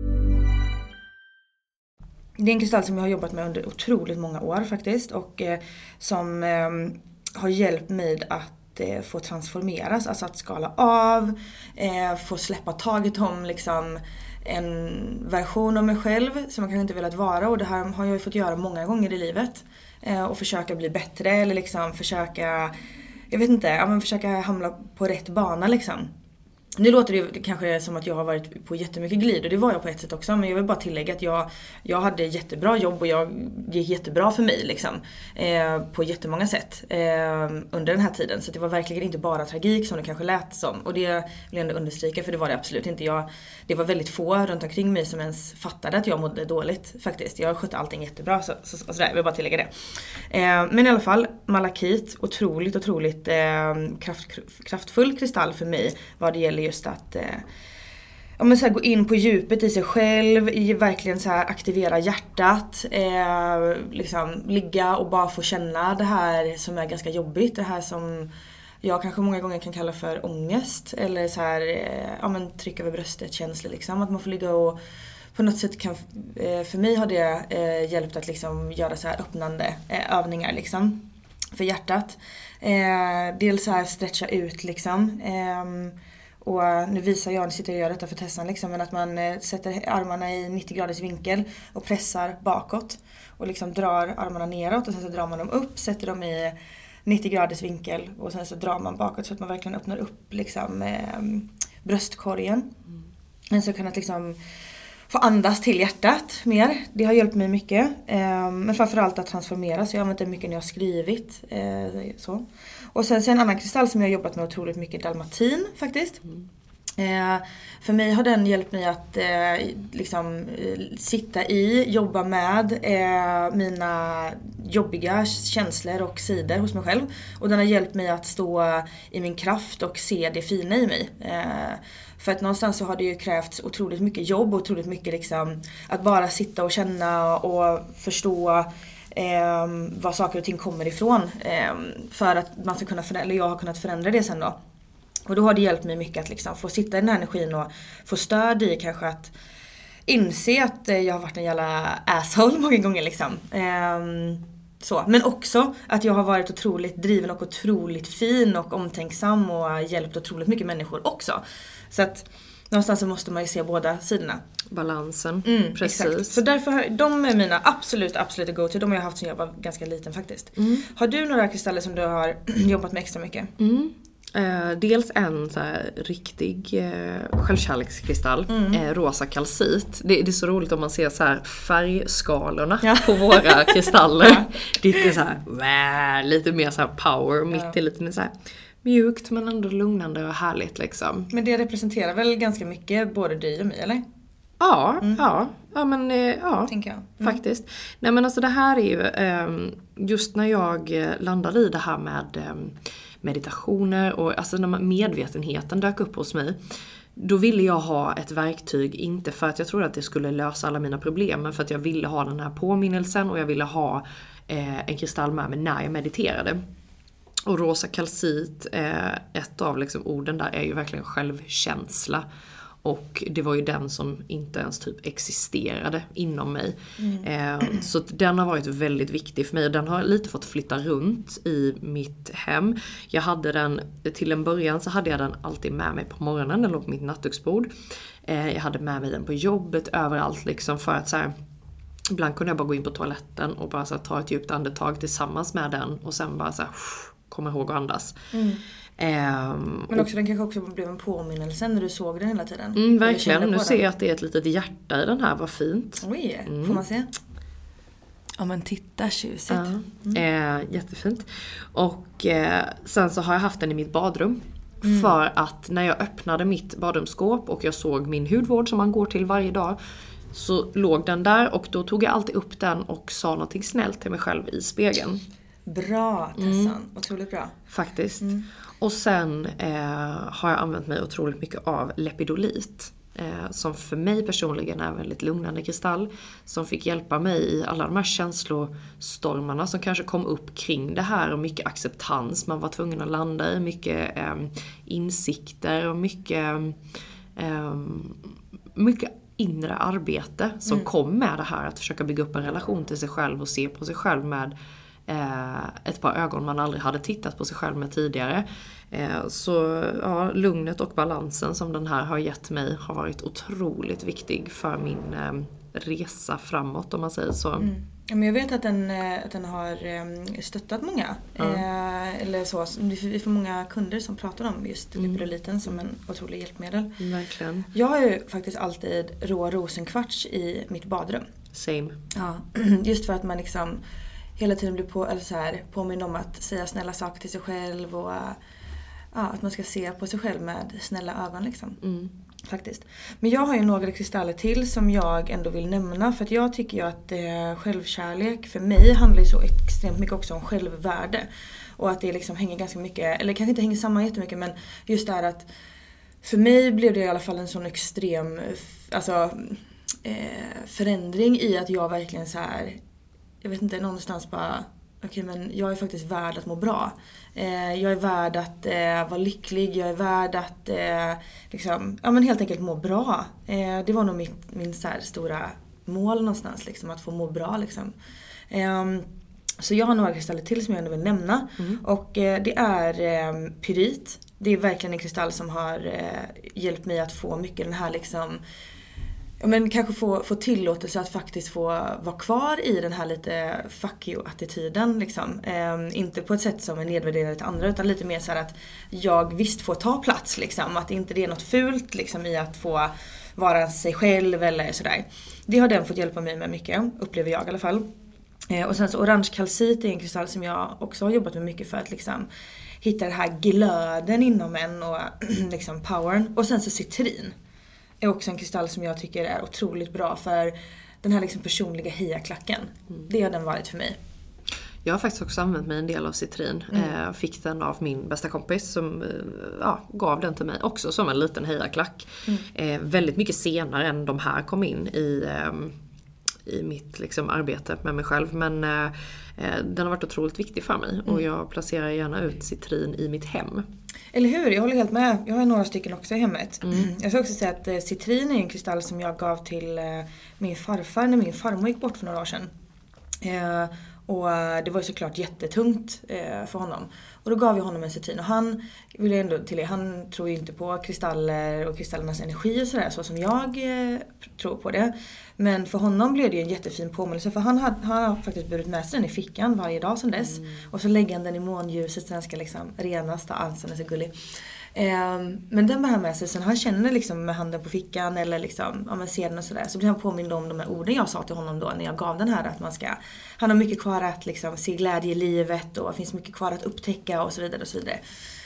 Det är en kristall som jag har jobbat med under otroligt många år faktiskt. Och eh, som eh, har hjälpt mig att eh, få transformeras. Alltså att skala av, eh, få släppa taget om liksom en version av mig själv som jag kanske inte velat vara, och det här har jag ju fått göra många gånger i livet eh, och försöka bli bättre eller liksom försöka, jag vet inte, ja, men försöka hamna på rätt bana liksom. Nu låter det ju kanske som att jag har varit på jättemycket glid, och det var jag på ett sätt också, men jag vill bara tillägga att jag, jag hade jättebra jobb och jag gick jättebra för mig liksom, eh, på jättemånga sätt eh, under den här tiden. Så det var verkligen inte bara tragik som det kanske lät som, och det vill jag ändå understryka, för det var det absolut inte. Jag, det var väldigt få runt omkring mig som ens fattade att jag mådde dåligt faktiskt. Jag skötte allting jättebra, så, så, så där, jag vill bara tillägga det. Eh, men i alla fall, malakit, otroligt, otroligt eh, kraft, kraftfull kristall för mig vad det gäller just att eh, ja, men så här, gå in på djupet i sig själv, i verkligen så här, aktivera hjärtat, eh, liksom ligga och bara få känna det här som är ganska jobbigt, det här som jag kanske många gånger kan kalla för ångest, eller så här, eh, ja, men tryck över bröstet känslor liksom, att man får ligga och på något sätt kan, eh, för mig har det eh, hjälpt att liksom göra så här öppnande eh, övningar liksom för hjärtat, eh, dels så här stretcha ut liksom. eh, Och nu visar jag, nu sitter jag och gör detta för Tessan liksom, men att man sätter armarna i nittio graders vinkel och pressar bakåt. Och liksom drar armarna neråt och sen så drar man dem upp, sätter dem i nittio graders vinkel och sen så drar man bakåt så att man verkligen öppnar upp liksom eh, bröstkorgen. Mm. Så kan att liksom få andas till hjärtat mer. Det har hjälpt mig mycket. Eh, men framförallt att transformera, så jag har använt det mycket när jag har skrivit. Eh, så. Och sen så en annan kristall som jag har jobbat med otroligt mycket, dalmatin faktiskt. Mm. Eh, för mig har den hjälpt mig att eh, liksom, eh, sitta i, jobba med eh, mina jobbiga känslor och sidor hos mig själv. Och den har hjälpt mig att stå i min kraft och se det fina i mig. Eh, för att någonstans så har det ju krävts otroligt mycket jobb och otroligt mycket liksom att bara sitta och känna och förstå eh, var saker och ting kommer ifrån. Eh, för att man ska kunna förändra, eller jag har kunnat förändra det sen då. Och då har det hjälpt mig mycket att liksom få sitta i den här energin och få stöd i kanske att inse att jag har varit en jävla asshole många gånger liksom. Ehm, så. Men också att jag har varit otroligt driven och otroligt fin och omtänksam och hjälpt otroligt mycket människor också. Så att någonstans så måste man ju se båda sidorna. Balansen, mm, precis. Exakt. Så därför har, de är mina absolut, absolut go-to. De har jag haft sedan jag var ganska liten faktiskt. Mm. Har du några kristaller som du har jobbat med extra mycket? Mm. Eh, dels en så här, riktig eh, självkärlekskristall, mm. eh, rosa kalcit. Det, det är så roligt om man ser så här färgskalorna ja. på våra kristaller. Ja. Det är så här, wah, lite mer så här power, mitt ja. är lite mer så här mjukt men ändå lugnande och härligt liksom. Men det representerar väl ganska mycket både dig och mig, eller? Ja, mm. ja, ja men eh, ja, tänker jag. Mm. Faktiskt. Nej men alltså det här är ju eh, just när jag landade i det här med eh, meditationer och alltså när medvetenheten dök upp hos mig, då ville jag ha ett verktyg, inte för att jag trodde att det skulle lösa alla mina problem, men för att jag ville ha den här påminnelsen och jag ville ha eh, en kristall med mig när jag mediterade. Och rosa kalcit, eh, ett av liksom orden där är ju verkligen självkänsla. Och det var ju den som inte ens typ existerade inom mig. Mm. Eh, så den har varit väldigt viktig för mig. Den har lite fått flytta runt i mitt hem. Jag hade den, till en början så hade jag den alltid med mig på morgonen. Den låg på mitt nattduksbord. Eh, jag hade med mig den på jobbet, överallt liksom, för att så här, ibland kunde jag bara gå in på toaletten och bara så här, ta ett djupt andetag tillsammans med den. Och sen bara så här, komma ihåg att andas. Mm. Um, Men också och, den kanske också blev en påminnelse när du såg den hela tiden. Mm, verkligen, nu ser jag att det är ett litet hjärta i den här, vad fint. Oj, mm. får man se? Ja men titta, tjusigt. Ja, mm. eh, jättefint. Och eh, sen så har jag haft den i mitt badrum. Mm. För att när jag öppnade mitt badrumsskåp och jag såg min hudvård som man går till varje dag, så låg den där och då tog jag alltid upp den och sa någonting snällt till mig själv i spegeln. Bra Tessan, mm. otroligt bra. Faktiskt. Mm. Och sen eh, har jag använt mig otroligt mycket av lepidolit. Eh, som för mig personligen är en väldigt lugnande kristall. Som fick hjälpa mig i alla de här känslostormarna som kanske kom upp kring det här. Och mycket acceptans man var tvungen att landa i. Mycket eh, insikter och mycket, eh, mycket inre arbete som mm. kom med det här. Att försöka bygga upp en relation till sig själv och se på sig själv med ett par ögon man aldrig hade tittat på sig själv med tidigare. Så ja, lugnet och balansen som den här har gett mig har varit otroligt viktig för min resa framåt, om man säger så. Mm. Men jag vet att den, att den har stöttat många. Mm. Eh, eller så. Vi får många kunder som pratar om just mm. lepidoliten som en otrolig hjälpmedel. Verkligen. Jag har ju faktiskt alltid rå rosenkvarts i mitt badrum. Same. Ja, just för att man liksom hela tiden blir på, eller så här, påminn om att säga snälla saker till sig själv och ja, att man ska se på sig själv med snälla ögon liksom. Mm. Faktiskt. Men jag har ju några kristaller till som jag ändå vill nämna, för att jag tycker ju att eh, självkärlek för mig handlar ju så extremt mycket också om självvärde. Och att det liksom hänger ganska mycket, eller kanske inte hänger samman jättemycket, men just det här att för mig blev det i alla fall en sån extrem alltså, eh, förändring i att jag verkligen så här, jag vet inte, någonstans bara, okej, okay, men jag är faktiskt värd att må bra. Eh, jag är värd att eh, vara lycklig, jag är värd att eh, liksom, ja men helt enkelt må bra. Eh, det var nog mitt, min så här stora mål någonstans, liksom, att få må bra liksom. Eh, så jag har några kristaller till som jag ändå vill nämna. Mm. Och eh, det är eh, pyrit. Det är verkligen en kristall som har eh, hjälpt mig att få mycket den här liksom, ja, men kanske få, få tillåtelse att faktiskt få vara kvar i den här lite fuck you-attityden. Liksom. Eh, inte på ett sätt som är nedvärderande till andra, utan lite mer så här att jag visst får ta plats. Liksom. Att inte det är något fult liksom, i att få vara sig själv eller sådär. Det har den fått hjälpa mig med mycket, upplever jag i alla fall. Eh, och sen så orange kalcit är en kristall som jag också har jobbat med mycket för att liksom hitta den här glöden inom en och liksom powern. Och sen så citrin är också en kristall som jag tycker är otroligt bra för den här liksom personliga hejaklacken. Mm. Det har den varit för mig. Jag har faktiskt också använt mig en del av citrin. Mm. Eh, fick den av min bästa kompis som eh, ja, gav den till mig också som en liten hejaklack. Mm. Eh, väldigt mycket senare än de här kom in i, eh, i mitt liksom, arbete med mig själv. Men eh, den har varit otroligt viktig för mig. Mm. Och jag placerar gärna ut citrin i mitt hem. Eller hur? Jag håller helt med. Jag har några stycken också i hemmet. Mm. Jag ska också säga att eh, citrin är en kristall som jag gav till eh, min farfar när min farmor gick bort för några år sedan. Eh, och det var ju såklart jättetungt eh, för honom. Och då gav jag honom en citrin. Och han, vill jag ändå till det, han tror ju inte på kristaller och kristallernas energi och sådär. Så som jag eh, tror på det. Men för honom blev det ju en jättefin påminnelse. För han, hade, han har faktiskt burit med sig den i fickan varje dag sedan dess. Mm. Och så lägger han den i månljuset så den ska liksom renas. Alltså den är så gullig. Eh, men den bär han med sig. Så när han känner liksom med handen på fickan eller liksom, ja, man ser den och sådär. Så blir han påmind om de här orden jag sa till honom då när jag gav den här. Att man ska, han har mycket kvar att liksom, se glädje i livet. Och det finns mycket kvar att upptäcka och så vidare och så vidare.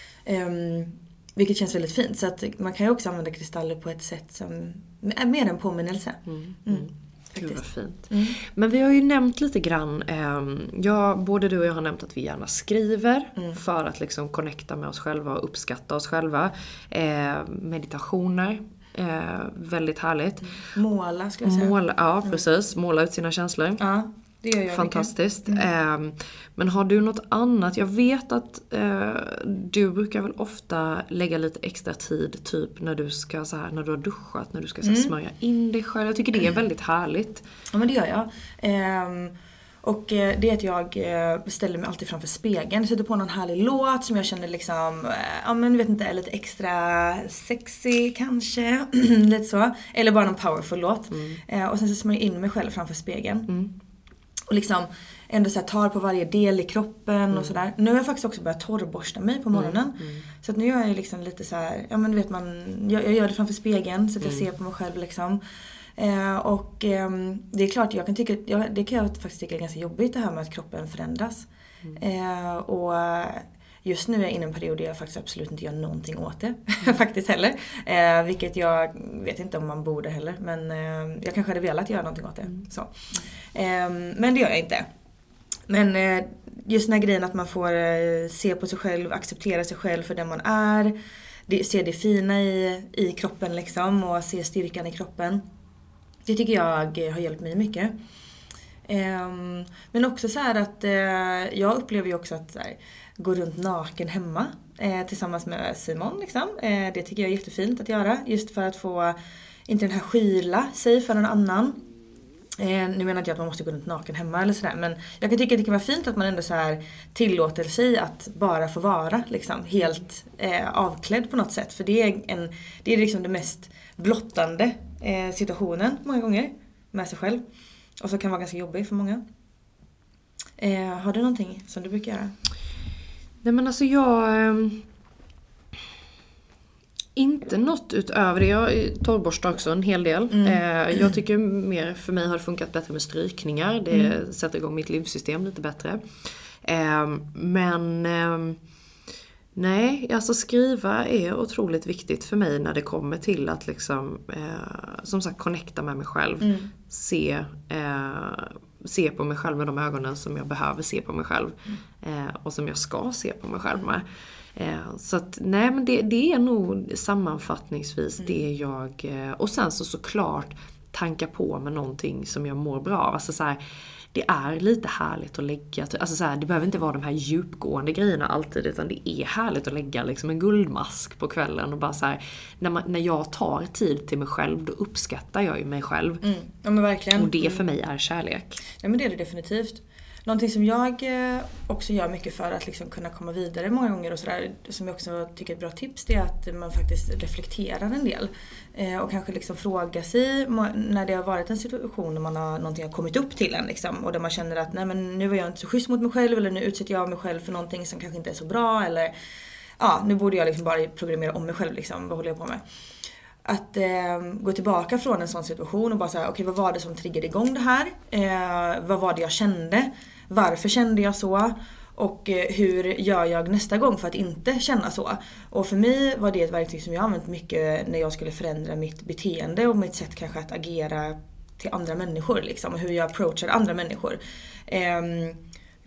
Eh, Vilket känns väldigt fint. Så att man kan ju också använda kristaller på ett sätt som är mer en påminnelse. Mm. Mm. Gud vad fint. Mm. Men vi har ju nämnt lite grann. Eh, ja, både du och jag har nämnt att vi gärna skriver. Mm. För att liksom connecta med oss själva och uppskatta oss själva. Eh, meditationer. Eh, väldigt härligt. Mm. Måla skulle jag säga. Måla, ja, precis. Måla ut sina känslor. Ja. Det gör jag. Fantastiskt. Mm. Eh, men har du något annat? Jag vet att eh, du brukar väl ofta lägga lite extra tid typ när du ska så här, när du har duschat, när du ska så här, mm. smörja in dig själv. Jag tycker det är väldigt härligt. Ja, men det gör jag. Eh, och det är att jag ställer mig alltid framför spegeln. Jag sätter på någon härlig låt som jag känner liksom, ja men vet inte, är lite extra sexy kanske. Lite så. Eller bara någon powerful låt. Mm. Eh, och sen så smörjer jag in mig själv framför spegeln. Mm. Och liksom ändå så här tar på varje del i kroppen mm. och sådär. Nu har jag faktiskt också börjat torrborsta mig på morgonen. Mm. Mm. Så att nu är jag liksom lite så här, ja men du vet man, jag, jag gör det framför spegeln så att jag mm. ser på mig själv liksom. Eh, och eh, det är klart, jag kan tycka, jag, det kan jag faktiskt tycka är ganska jobbigt det här med att kroppen förändras. Mm. Eh, och just nu är jag inne i en period där jag faktiskt absolut inte gör någonting åt det. Mm. faktiskt heller. Eh, vilket jag vet inte om man borde heller. Men eh, jag kanske hade velat göra någonting åt det. Mm. Så. Eh, men det gör jag inte. Men eh, just den här grejen att man får eh, se på sig själv, acceptera sig själv för den man är. Det, se det fina i, i kroppen liksom. Och se styrkan i kroppen. Det tycker jag har hjälpt mig mycket. Eh, men också så här att eh, jag upplever ju också att så här, gå runt naken hemma eh, tillsammans med Simon liksom. Eh, det tycker jag är jättefint att göra. Just för att få, inte den här skyla sig för någon annan. Eh, nu menar inte jag att man måste gå runt naken hemma eller sådär. Men jag kan tycka att det kan vara fint att man ändå så här tillåter sig att bara få vara liksom, helt eh, avklädd på något sätt. För det är, en, det är liksom det mest blottande eh, situationen många gånger med sig själv. Och så kan vara ganska jobbig för många. Eh, har du någonting som du brukar göra? Nej men alltså jag... Eh, inte något utöver det. Jag torrborstar också en hel del. Mm. Eh, jag tycker mer, för mig har det funkat bättre med strykningar. Det mm. sätter igång mitt livssystem lite bättre. Eh, men... Eh, nej, alltså skriva är otroligt viktigt för mig när det kommer till att liksom... Eh, som sagt, connecta med mig själv. Mm. Se... Eh, se på mig själv med de ögonen som jag behöver se på mig själv. Mm. Eh, och som jag ska se på mig själv med. Eh, så att, nej men det, det är nog sammanfattningsvis mm. det jag... Eh, och sen så såklart tanka på med någonting som jag mår bra av. Alltså så här, det är lite härligt att lägga... Alltså så här, det behöver inte vara de här djupgående grejerna alltid. Utan det är härligt att lägga liksom en guldmask på kvällen. Och bara så här, när, man, när jag tar tid till mig själv, då uppskattar jag ju mig själv. Mm. Ja men verkligen. Och det för mig är kärlek. Ja men det är det definitivt. Någonting som jag också gör mycket för att liksom kunna komma vidare många gånger och sådär, som jag också tycker är ett bra tips, det är att man faktiskt reflekterar en del. Eh, och kanske liksom fråga sig när det har varit en situation där man har, någonting har kommit upp till en liksom, och där man känner att nej men nu var jag inte så schysst mot mig själv, eller nu utsätter jag mig själv för någonting som kanske inte är så bra, eller ja, nu borde jag liksom bara programmera om mig själv liksom, vad håller jag på med? Att eh, gå tillbaka från en sån situation och bara säga, okej, okay, vad var det som triggade igång det här? Eh, vad var det jag kände? Varför kände jag så? Och eh, hur gör jag nästa gång för att inte känna så? Och för mig var det ett verktyg som jag använt mycket när jag skulle förändra mitt beteende och mitt sätt kanske att agera till andra människor liksom, hur jag approachar andra människor. Eh,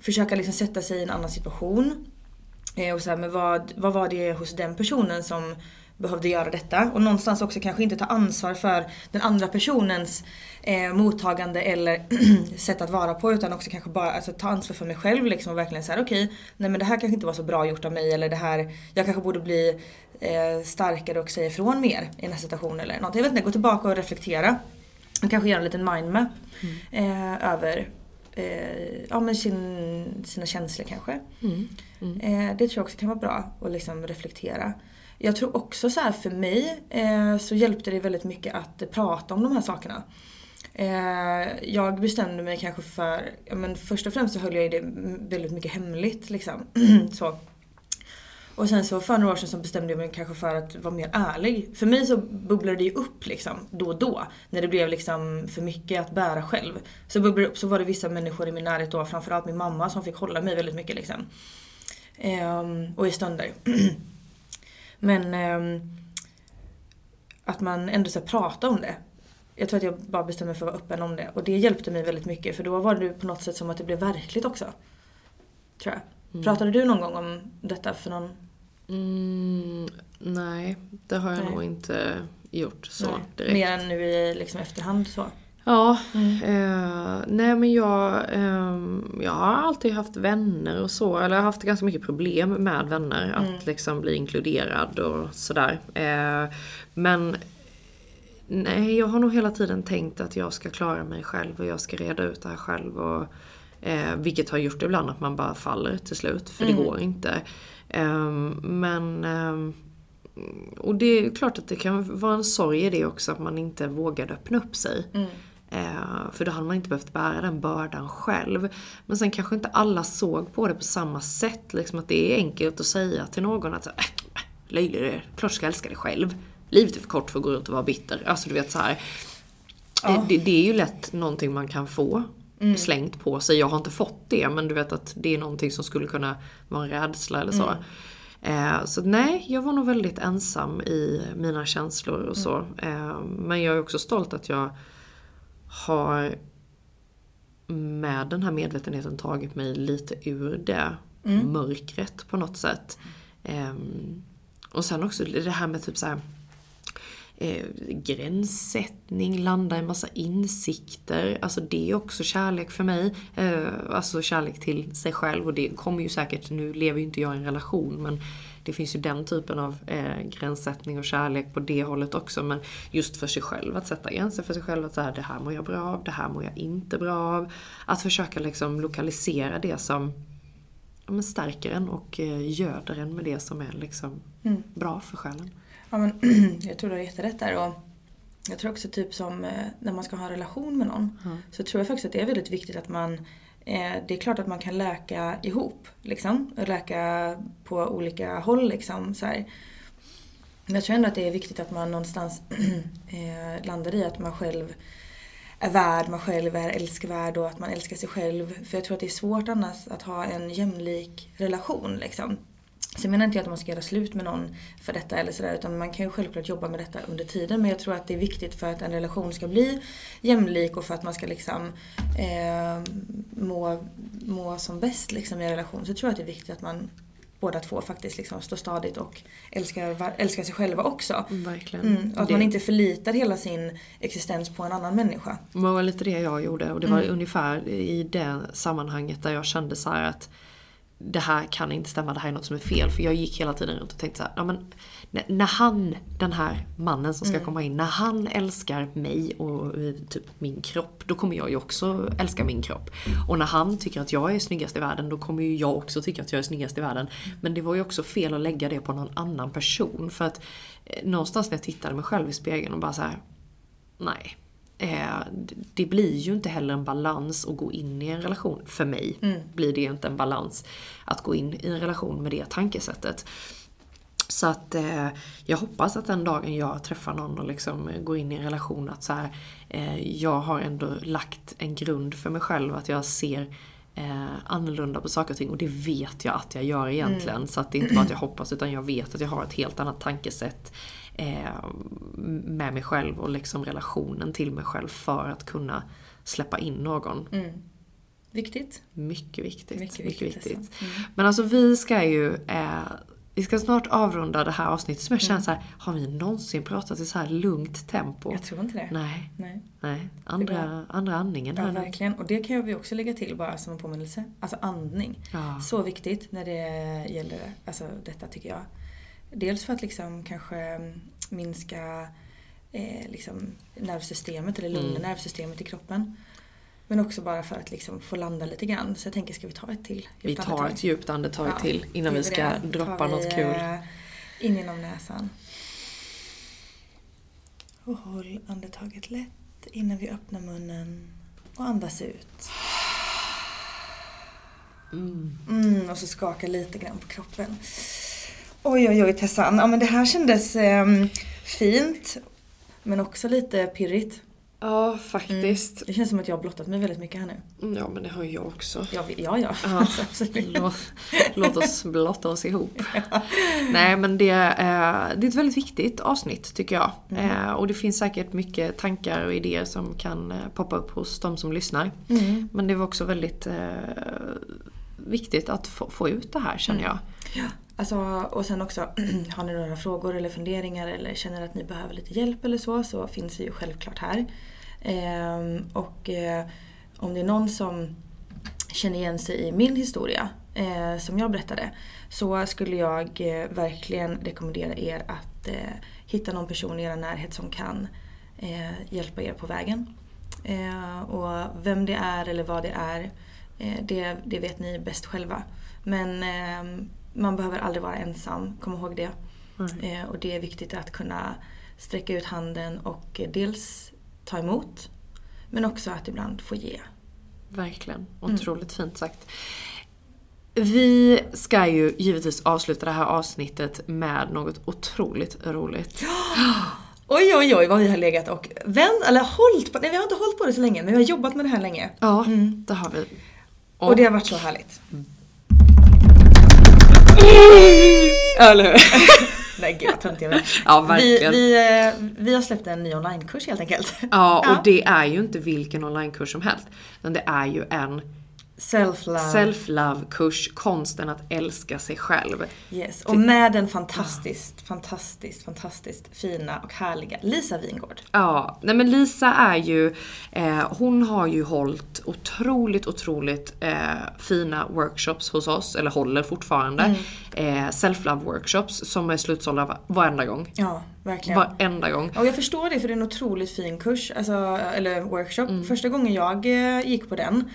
försöka liksom sätta sig i en annan situation. Eh, och så här, men vad, vad var det hos den personen som behövde göra detta? Och någonstans också kanske inte ta ansvar för den andra personens eh, mottagande eller sätt att vara på, utan också kanske bara alltså, ta ansvar för mig själv liksom, och verkligen säga okej, okay, nej men det här kanske inte var så bra gjort av mig, eller det här, jag kanske borde bli eh, starkare och säga ifrån mer i den här situationen eller något. Jag vet inte, gå tillbaka och reflektera och kanske göra en liten mindmap mm. eh, över eh, ja, men sin, sina känslor kanske. Mm. Mm. Eh, det tror jag också kan vara bra att liksom reflektera. Jag tror också så här för mig eh, så hjälpte det väldigt mycket att prata om de här sakerna. Eh, jag bestämde mig kanske för, ja, men först och främst så höll jag det väldigt mycket hemligt liksom. Så. Och sen så för några år sedan så bestämde jag mig kanske för att vara mer ärlig. För mig så bubblade det ju upp liksom då och då. När det blev liksom för mycket att bära själv. Så bubblade det upp, så var det vissa människor i min närhet då, framförallt min mamma, som fick hålla mig väldigt mycket liksom. Eh, och i stunder. Men eh, att man ändå så pratar om det. Jag tror att jag bara bestämde mig för att vara öppen om det. Och det hjälpte mig väldigt mycket. För då var det på något sätt som att det blev verkligt också. Tror jag. Mm. Pratade du någon gång om detta för någon? Mm, nej, det har jag nej. nog inte gjort så nej. direkt. Mer än nu i liksom efterhand så? Ja, mm. eh, nej men jag, eh, jag har alltid haft vänner och så, eller jag har haft ganska mycket problem med vänner, mm. att liksom bli inkluderad och sådär. Eh, men nej, jag har nog hela tiden tänkt att jag ska klara mig själv och jag ska reda ut det här själv, och, eh, vilket har gjort ibland att man bara faller till slut, för mm. det går inte. Eh, men... Eh, och det är klart att det kan vara en sorg i det också, att man inte vågade öppna upp sig. Mm. Eh, för då hade man inte behövt bära den bördan själv. Men sen kanske inte alla såg på det på samma sätt. Liksom att det är enkelt att säga till någon att äh, löjlig det är, klart ska älska dig själv. Livet är för kort för att gå runt och vara bitter. Alltså du vet så här. Ja. Det, det är ju lätt någonting man kan få mm. slängt på sig. Jag har inte fått det, men du vet att det är någonting som skulle kunna vara en rädsla eller så. Mm. Eh, så nej, jag var nog väldigt ensam i mina känslor och så. Mm. Eh, men jag är också stolt att jag har med den här medvetenheten tagit mig lite ur det mm. mörkret på något sätt. Eh, och sen också det här med typ så här, eh, gränssättning, landa i en massa insikter. Alltså det är också kärlek för mig. Eh, alltså kärlek till sig själv. Och det kommer ju säkert, nu lever ju inte jag i en relation, men det finns ju den typen av eh, gränssättning och kärlek på det hållet också. Men just för sig själv, att sätta gränser för sig själv. Att så här, det här mår jag bra av, det här mår jag inte bra av. Att försöka liksom lokalisera det som ja, men stärker en och eh, göder en med det som är liksom mm. bra för själen. Ja, men jag tror du har jätterätt där, och jag tror också typ som eh, när man ska ha en relation med någon mm. så tror jag faktiskt att det är väldigt viktigt att man eh, det är klart att man kan läka ihop liksom, läka på olika håll liksom så här. Men jag tror ändå att det är viktigt att man någonstans eh, landar i att man själv är värd, man själv är älskvärd och att man älskar sig själv, för jag tror att det är svårt annars att ha en jämlik relation liksom. Så jag menar inte att man ska göra slut med någon för detta eller sådär, utan man kan ju självklart jobba med detta under tiden. Men jag tror att det är viktigt för att en relation ska bli jämlik och för att man ska liksom eh, må, må som bäst liksom i en relation. Så tror jag att det är viktigt att man båda två faktiskt liksom står stadigt och älskar, älskar sig själva också. Verkligen. Mm, och att det... man inte förlitar hela sin existens på en annan människa. Det var lite det jag gjorde, och det var mm. ungefär i det sammanhanget där jag kände så här att det här kan inte stämma, det här är något som är fel. För jag gick hela tiden runt och tänkte så här, ja men när han, den här mannen som ska mm. komma in, när han älskar mig och typ min kropp, då kommer jag ju också älska min kropp. Och när han tycker att jag är snyggast i världen, då kommer ju jag också tycka att jag är snyggast i världen. Men det var ju också fel att lägga det på någon annan person. För att eh, någonstans när jag tittade mig själv i spegeln och bara så här, nej. Eh, det blir ju inte heller en balans att gå in i en relation. För mig mm. blir det inte en balans att gå in i en relation med det tankesättet. Så att eh, jag hoppas att den dagen jag träffar någon och liksom går in i en relation, att så här, eh, jag har ändå lagt en grund för mig själv, att jag ser eh, annorlunda på saker och ting, och det vet jag att jag gör egentligen. Mm. Så att det är inte bara att jag hoppas, utan jag vet att jag har ett helt annat tankesätt eh, med mig själv och liksom relationen till mig själv för att kunna släppa in någon. Mm. Viktigt. Mycket viktigt. Mycket mycket viktigt. viktigt. Alltså. Mm. Men alltså vi ska ju... Eh, vi ska snart avrunda det här avsnittet som jag känner Mm. så här, har vi någonsin pratat i så här lugnt tempo? Jag tror inte det. Nej. Nej. Nej. Andra, var- andra andningen Ja, här nu. verkligen. Och det kan vi också lägga till bara som en påminnelse. Alltså andning. Ja. Så viktigt när det gäller alltså detta tycker jag. Dels för att liksom kanske minska eh, liksom nervsystemet eller lugna Mm. nervsystemet i kroppen. Men också bara för att liksom få landa lite grann. Så jag tänker, ska vi ta ett till? Vi djupt tar andetag? ett djupt andetag Ja, till innan gör vi ska det. droppa Tar vi, något kul. eh, In genom näsan. Och håll andetaget lätt innan vi öppnar munnen. Och andas ut. Mm. Mm, och så skaka lite grann på kroppen. Oj, oj, oj, Tessan. Ja, men det här kändes eh, fint. Men också lite pirrigt. Ja, faktiskt. Mm. Det känns som att jag har blottat mig väldigt mycket här nu. Mm. Ja, men det har ju jag också. Jag vill, ja, ja. Ja. Alltså, absolut. Låt, låt oss blotta oss ihop. Nej, men det, är- det är ett väldigt viktigt avsnitt tycker jag. Mm. Eh, och det finns säkert mycket tankar och idéer som kan eh, poppa upp hos de som lyssnar. Mm. Men det var också väldigt eh, viktigt att få, få ut det här, känner jag. Ja. Alltså, och sen också, har ni några frågor eller funderingar eller känner att ni behöver lite hjälp eller så, så finns vi ju självklart här. Ehm, och eh, om det är någon som känner igen sig i min historia eh, som jag berättade, så skulle jag eh, verkligen rekommendera er att eh, hitta någon person i er närhet som kan eh, hjälpa er på vägen. Eh, och vem det är eller vad det är, eh, det, det vet ni bäst själva. Men eh, man behöver aldrig vara ensam, kom ihåg det. Mm. Eh, och det är viktigt att kunna sträcka ut handen och eh, dels ta emot, men också att ibland få ge. Verkligen. Otroligt fint sagt. Vi ska ju givetvis avsluta det här avsnittet med något otroligt roligt. Oj, oj, oj vad vi har legat och vänt, eller hållit på, nej vi har inte hållit på det så länge, men vi har jobbat med det här länge. Ja, Mm. det har vi. Och, och det har varit så härligt. Eller hur? Nej gud vad tönt jag vet. Ja, Vi, verkligen. vi, eh, vi har släppt en ny onlinekurs helt enkelt. Ja, och Ja. det är ju inte vilken onlinekurs som helst. Men det är ju en Self-love. self-love-kurs, konsten att älska sig själv. Yes. Och med den fantastiskt, fantastiskt, fantastiskt fina och härliga Lisa Wingård. Ja, nej men Lisa är ju, eh, hon har ju hållit otroligt, otroligt eh, fina workshops hos oss, eller håller fortfarande. Eh, self-love workshops som är slutsålda va- varenda gång. Ja, verkligen. Varenda gång. Och jag förstår det, för det är en otroligt fin kurs, alltså, eller workshop. Mm. Första gången jag eh, gick på den,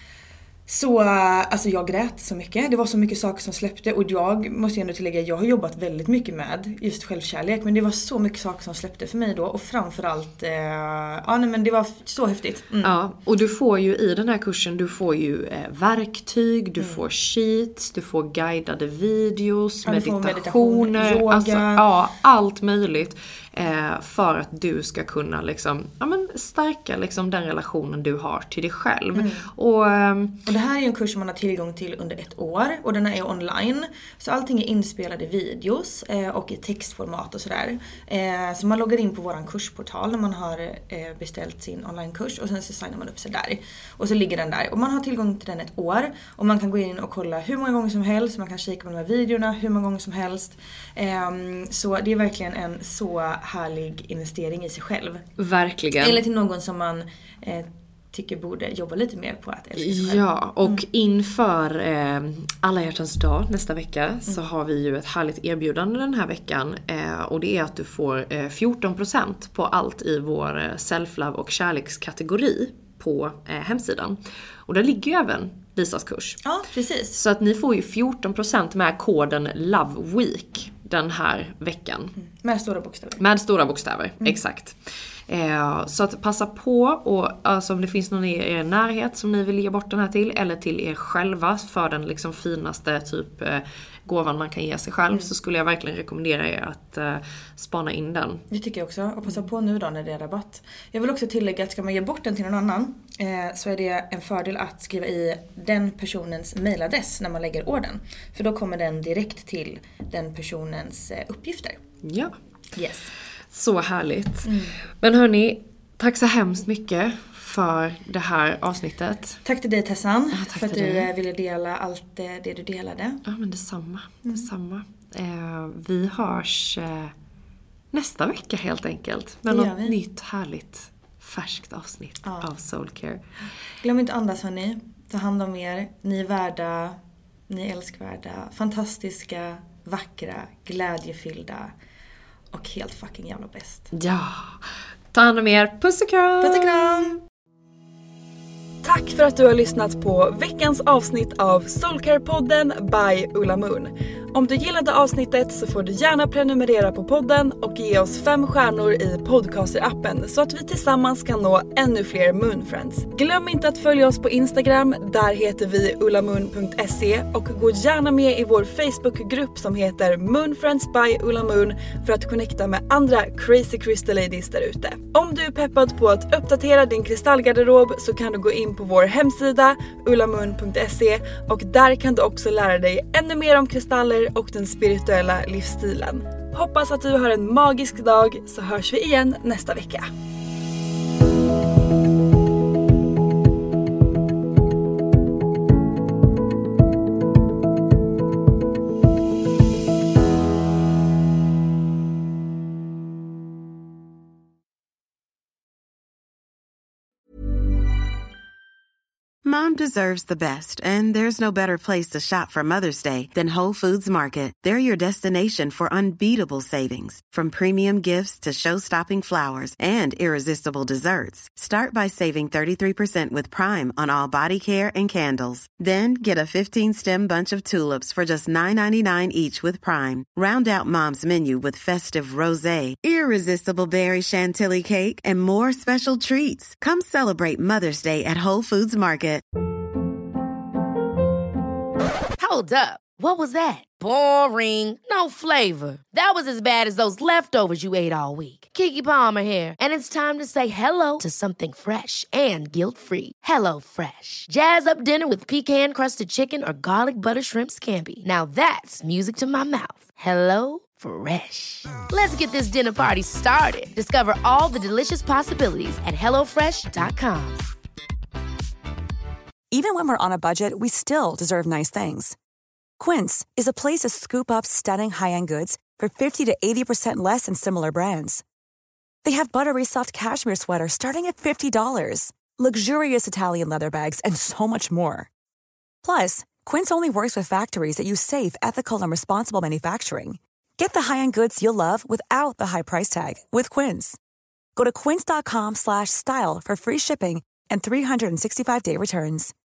så alltså jag grät så mycket. Det var så mycket saker som släppte, och jag måste ändå tillägga, jag har jobbat väldigt mycket med just självkärlek, men det var så mycket saker som släppte för mig då, och framförallt eh, ja nej men det var så häftigt. Mm. Ja, och du får ju i den här kursen, du får ju eh, verktyg, du får sheets, du får guidade videos, Ja, du får meditationer, meditation, yoga. alltså, ja, allt möjligt eh, för att du ska kunna liksom, ja, men stärka liksom den relationen du har till dig själv. Och ehm, Och det här är ju en kurs som man har tillgång till under ett år, och den är online. Så allting är inspelade videos eh, och i textformat och sådär. Eh, så man loggar in på våran kursportal när man har eh, beställt sin onlinekurs, och sen så signar man upp sig där. Och så ligger den där. Och man har tillgång till den ett år, och man kan gå in och kolla hur många gånger som helst. Man kan kika på de här videorna hur många gånger som helst. Eh, så det är verkligen en så härlig investering i sig själv. verkligen. Eller till någon som man eh, tycker borde jobba lite mer på att älska sig själv. Ja, och inför eh, alla hjärtans dag nästa vecka så har vi ju ett härligt erbjudande den här veckan. Eh, och det är att du får eh, fjorton procent på allt i vår eh, self-love och kärlekskategori på eh, hemsidan. Och där ligger ju även Lisas kurs. Ja, precis. Så att ni får ju fjorton procent med koden LOVEWEEK den här veckan. Med stora bokstäver. Med stora bokstäver, exakt. Eh, så att passa på, och alltså, om det finns någon i er närhet som ni vill ge bort den här till, eller till er själva för den liksom finaste typ eh, gåvan man kan ge sig själv, så skulle jag verkligen rekommendera er att eh, spana in den. Det tycker jag också. Och passa på nu då när det är rabatt. Jag vill också tillägga att ska man ge bort den till någon annan, eh, så är det en fördel att skriva i den personens mailadress när man lägger ordern. För då kommer den direkt till den personens eh, uppgifter. Ja, Yes. så härligt. Men hörni, tack så hemskt mycket för det här avsnittet. Tack till dig Tessan, ja, tack för att du dig. ville dela allt det, det du delade. Ja, men detsamma. Mm. detsamma. Eh, vi hörs eh, nästa vecka helt enkelt. Med något vi. nytt härligt färskt avsnitt ja. av Soulcare. Glöm inte andas hörni. Ta hand om er. Ni är värda, ni är älskvärda, fantastiska, vackra, glädjefyllda och helt fucking jävla bäst. Ja, ta hand om er. Puss och kram! Puss och kram! Tack för att du har lyssnat på veckans avsnitt av Soulcare-podden by Ulla Moon. Om du gillade avsnittet så får du gärna prenumerera på podden och ge oss fem stjärnor i podcaster-appen så att vi tillsammans kan nå ännu fler Moonfriends. Glöm inte att följa oss på Instagram, där heter vi ullamoon punkt se och gå gärna med i vår Facebookgrupp som heter Moonfriends by Ulla Moon för att connecta med andra crazy crystal ladies där ute. Om du är peppad på att uppdatera din kristallgarderob så kan du gå in på vår hemsida ullamoon punkt se och där kan du också lära dig ännu mer om kristaller och den spirituella livsstilen. Hoppas att du har en magisk dag, så hörs vi igen nästa vecka. Mom deserves the best, and there's no better place to shop for Mother's Day than Whole Foods Market. They're your destination for unbeatable savings, from premium gifts to show-stopping flowers and irresistible desserts. Start by saving thirty-three percent with Prime on all body care and candles. Then get a fifteen-stem bunch of tulips for just nine ninety-nine each with Prime. Round out Mom's menu with festive rosé, irresistible berry chantilly cake, and more special treats. Come celebrate Mother's Day at Whole Foods Market. Hold up. What was that? Boring. No flavor. That was as bad as those leftovers you ate all week. Keke Palmer here, and it's time to say hello to something fresh and guilt-free. Hello Fresh. Jazz up dinner with pecan-crusted chicken or garlic butter shrimp scampi. Now that's music to my mouth. Hello Fresh. Let's get this dinner party started. Discover all the delicious possibilities at hello fresh dot com. Even when we're on a budget, we still deserve nice things. Quince is a place to scoop up stunning high-end goods for fifty to eighty percent less than similar brands. They have buttery soft cashmere sweaters starting at fifty dollars, luxurious Italian leather bags, and so much more. Plus, Quince only works with factories that use safe, ethical, and responsible manufacturing. Get the high-end goods you'll love without the high price tag with Quince. Go to quince dot com slash style for free shipping and three sixty-five day returns.